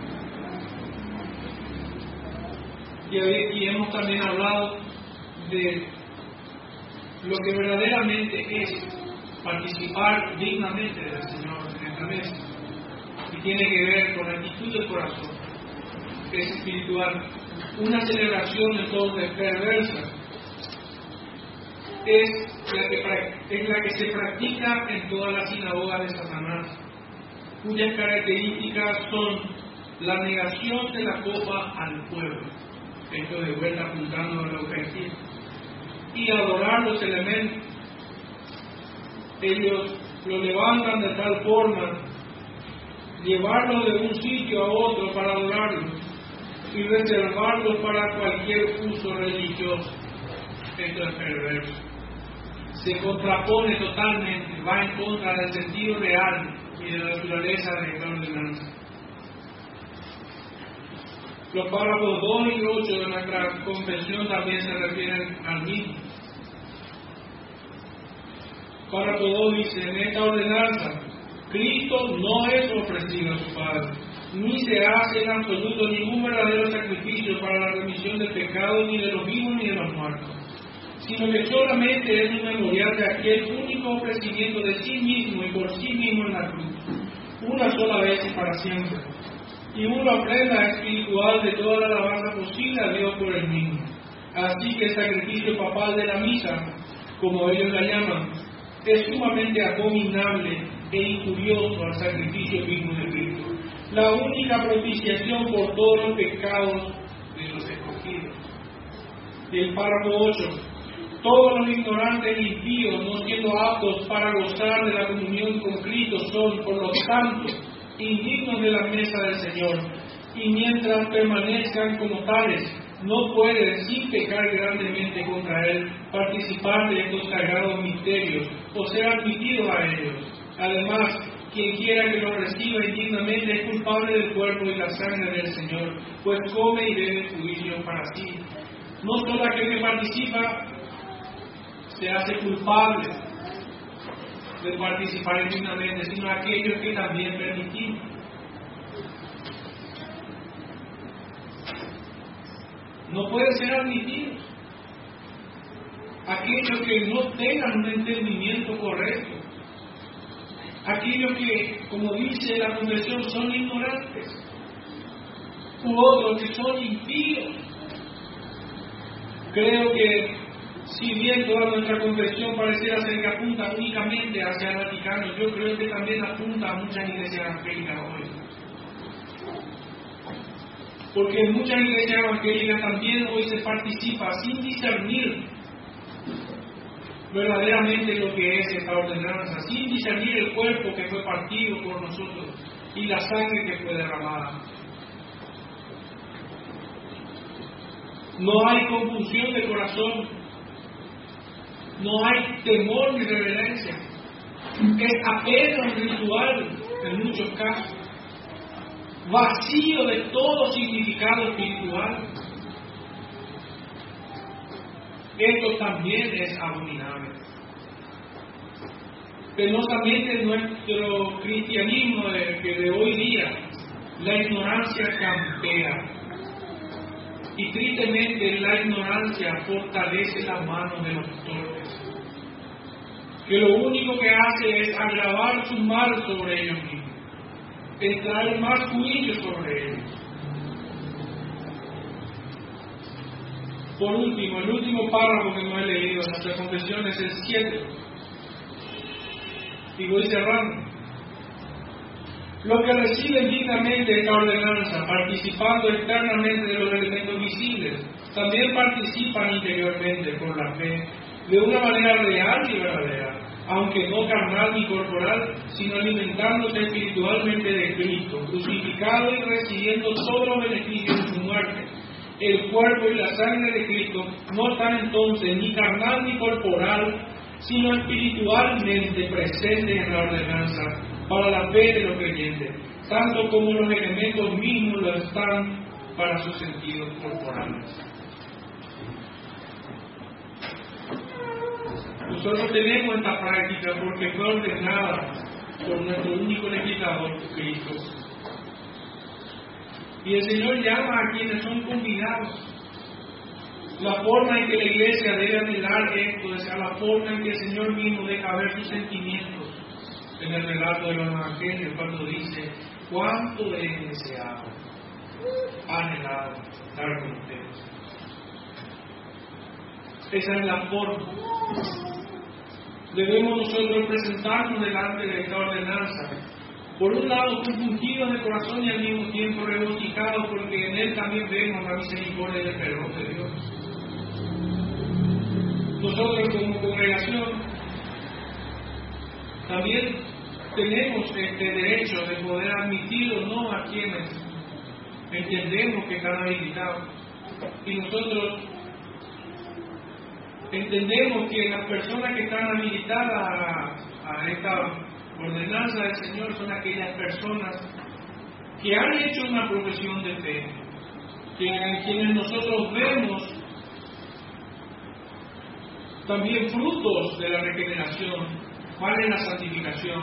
Y, y hemos también hablado de lo que verdaderamente es participar dignamente del Señor en esta mesa. Y tiene que ver con la actitud del corazón, que es espiritual. Una celebración entonces perversa es la, que, es la que se practica en todas las sinagogas de Satanás, cuyas características son la negación de la copa al pueblo, esto de vuelta apuntando a la Eucaristía, y adorar los elementos. Ellos lo levantan de tal forma, llevarlo de un sitio a otro para adorarlo y reservarlo para cualquier uso religioso. Esto es perverso. Se contrapone totalmente, va en contra del sentido real y de la naturaleza de la ordenanza. Los párrafos dos y ocho de nuestra confesión también se refieren al mismo. Párrafo dos dice: en esta ordenanza, Cristo no es ofrecido a su Padre, ni se hace en absoluto ningún verdadero sacrificio para la remisión del pecado, ni de los vivos ni de los muertos, sino que solamente es un memorial de aquel único ofrecimiento de sí mismo y por sí mismo en la cruz, una sola vez y para siempre, y una ofrenda espiritual de toda la alabanza posible a Dios por el mismo. Así que el sacrificio papal de la misa, como ellos la llaman, es sumamente abominable e injurioso al sacrificio mismo de Cristo, la única propiciación por todos los pecados de los escogidos. Y el párrafo ocho: todos los ignorantes y impíos, no siendo aptos para gozar de la comunión con Cristo, son, por lo tanto, indignos de la mesa del Señor, y mientras permanezcan como tales, no pueden, sin pecar grandemente contra Él, participar de estos sagrados misterios, o ser admitidos a ellos. Además, quien quiera que los reciba indignamente es culpable del cuerpo y la sangre del Señor, pues come y bebe juicio para sí. No solo aquel que participa se hace culpable de participar indignamente, sino aquellos que también permitimos. No pueden ser admitidos aquellos que no tengan un entendimiento correcto, aquellos que, como dice la confesión, son ignorantes, u otros que son impíos. Creo que, si bien toda nuestra confesión pareciera ser que apunta únicamente hacia el Vaticano, yo creo que también apunta a muchas iglesias evangélicas hoy. Porque en muchas iglesias evangélicas también hoy se participa sin discernir verdaderamente lo que es esta ordenanza, sin discernir el cuerpo que fue partido por nosotros y la sangre que fue derramada. No hay confusión de corazón, no hay temor ni reverencia, es apenas ritual en muchos casos, vacío de todo significado espiritual. Esto también es abominable. Penosamente en nuestro cristianismo de, que de hoy día la ignorancia campea, y tristemente la ignorancia fortalece la mano de los torpes, que lo único que hace es agravar su mal sobre ellos mismos, es traer más juicio sobre ellos. Por último, el último párrafo que no he leído en nuestra confesión es el siete. Y voy cerrando. Los que reciben dignamente esta ordenanza, participando externamente de los elementos visibles, también participan interiormente por la fe, de una manera real y verdadera, aunque no carnal ni corporal, sino alimentándose espiritualmente de Cristo, crucificado y recibiendo todos los beneficios de su muerte. El cuerpo y la sangre de Cristo no están entonces ni carnal ni corporal, sino espiritualmente presentes en la ordenanza para la fe de los creyentes, tanto como los elementos mismos lo están para sus sentidos corporales. Nosotros tenemos esta práctica porque fue ordenada por nuestro único legislador, Cristo. Y el Señor llama a quienes son convidados. La forma en que la iglesia debe anhelar esto es a la forma en que el Señor mismo deja ver sus sentimientos en el relato de los evangelios, cuando dice: cuánto he deseado, anhelado estar con ustedes. Esa es la forma. Debemos nosotros presentarnos delante de esta ordenanza, por un lado compungidos de corazón y al mismo tiempo regocijados, porque en Él también vemos la misericordia y el perdón de Dios. Nosotros como congregación también tenemos este derecho de poder admitir o no a quienes entendemos que están habilitados. Y nosotros entendemos que las personas que están habilitadas a, a esta ordenanza del Señor son aquellas personas que han hecho una profesión de fe, que en quienes nosotros vemos también frutos de la regeneración, cuál es la santificación,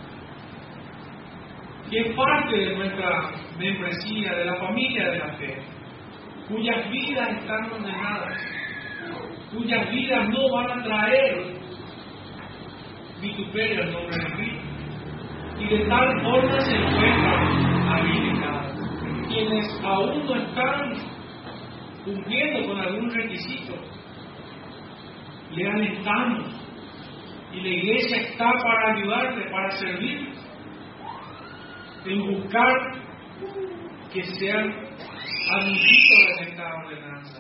que es parte de nuestra membresía, de la familia de la fe, cuyas vidas están ordenadas, cuyas vidas no van a traer vituperio al nombre de Cristo, y de tal forma se encuentran habilitados. Quienes aún no están cumpliendo con algún requisito, le alentamos, y la iglesia está para ayudarle, para servir, en buscar que sean admitidos en esta ordenanza.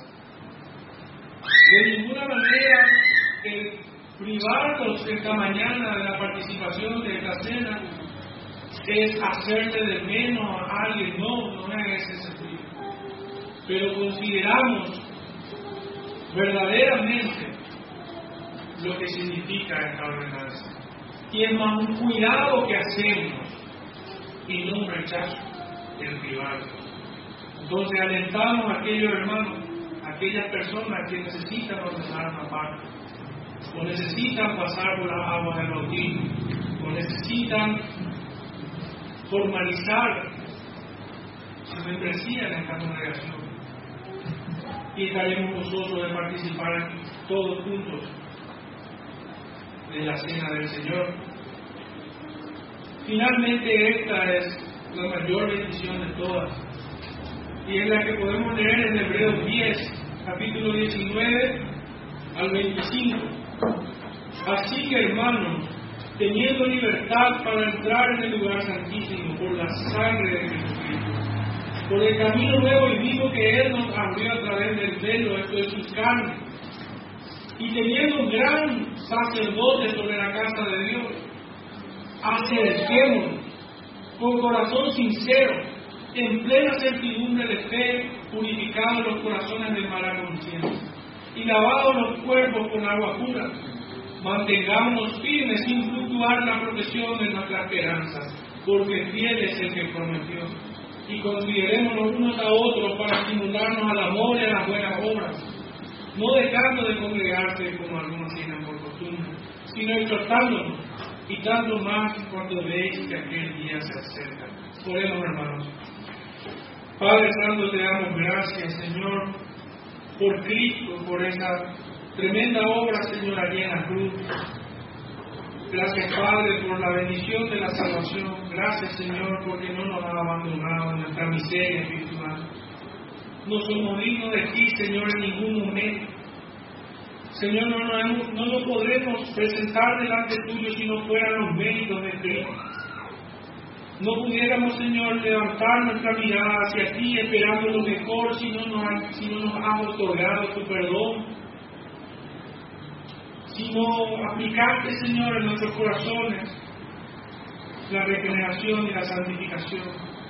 De ninguna manera el privarlos esta mañana de la participación de esta cena es hacerle de menos a alguien, no, no es ese sentido. Pero consideramos verdaderamente lo que significa esta ordenanza. Y es más un cuidado que hacemos y no un rechazo el privarlo. Entonces alentamos a aquellos hermanos, a aquellas personas que necesitan ordenar una parte, o necesitan pasar por las aguas del bautismo, o necesitan formalizar su membresía en esta congregación. Y estaremos nosotros de participar todos juntos de la cena del Señor. Finalmente, esta es la mayor bendición de todas, y es la que podemos leer en Hebreos diez, capítulo diecinueve al veinticinco. Así que, hermanos, teniendo libertad para entrar en el lugar santísimo por la sangre de Jesucristo, por el camino nuevo y vivo que Él nos abrió a través del velo, esto es su carne, y teniendo un gran sacerdote sobre la casa de Dios, acerquémonos con corazón sincero, en plena certidumbre de fe, purificados los corazones de mala conciencia y lavados los cuerpos con agua pura. Mantengámonos firmes sin fluctuar la profesión de nuestra esperanza, porque fiel es el que prometió. Y considerémonos unos a otros para estimularnos al amor y a las buenas obras, no dejando de congregarse como algunos tienen por costumbre, sino exhortándonos, y tanto más cuando veis que aquel día se acerca. Oremos, hermanos. Padre Santo, te damos gracias, Señor, por Cristo, por esa tremenda obra, Señor, allí en la cruz. Gracias, Padre, por la bendición de la salvación. Gracias, Señor, porque no nos has abandonado en nuestra miseria espiritual. No somos dignos de ti, Señor, en ningún momento. Señor, no, no, no nos podremos presentar delante tuyo si no fueran los méritos de Cristo. No pudiéramos, Señor, levantar nuestra mirada hacia ti esperando lo mejor si no nos, has, si no nos has otorgado tu perdón. Si no aplicaste, Señor, en nuestros corazones la regeneración y la santificación.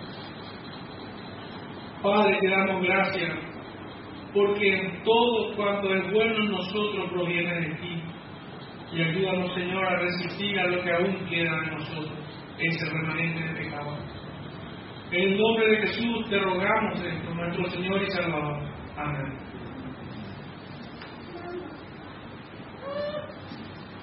Padre, te damos gracias, porque todo cuanto es bueno en nosotros proviene de ti. Y ayúdanos, Señor, a resistir a lo que aún queda en nosotros, ese remanente de pecado. En el nombre de Jesús te rogamos esto, nuestro Señor y Salvador. Amén.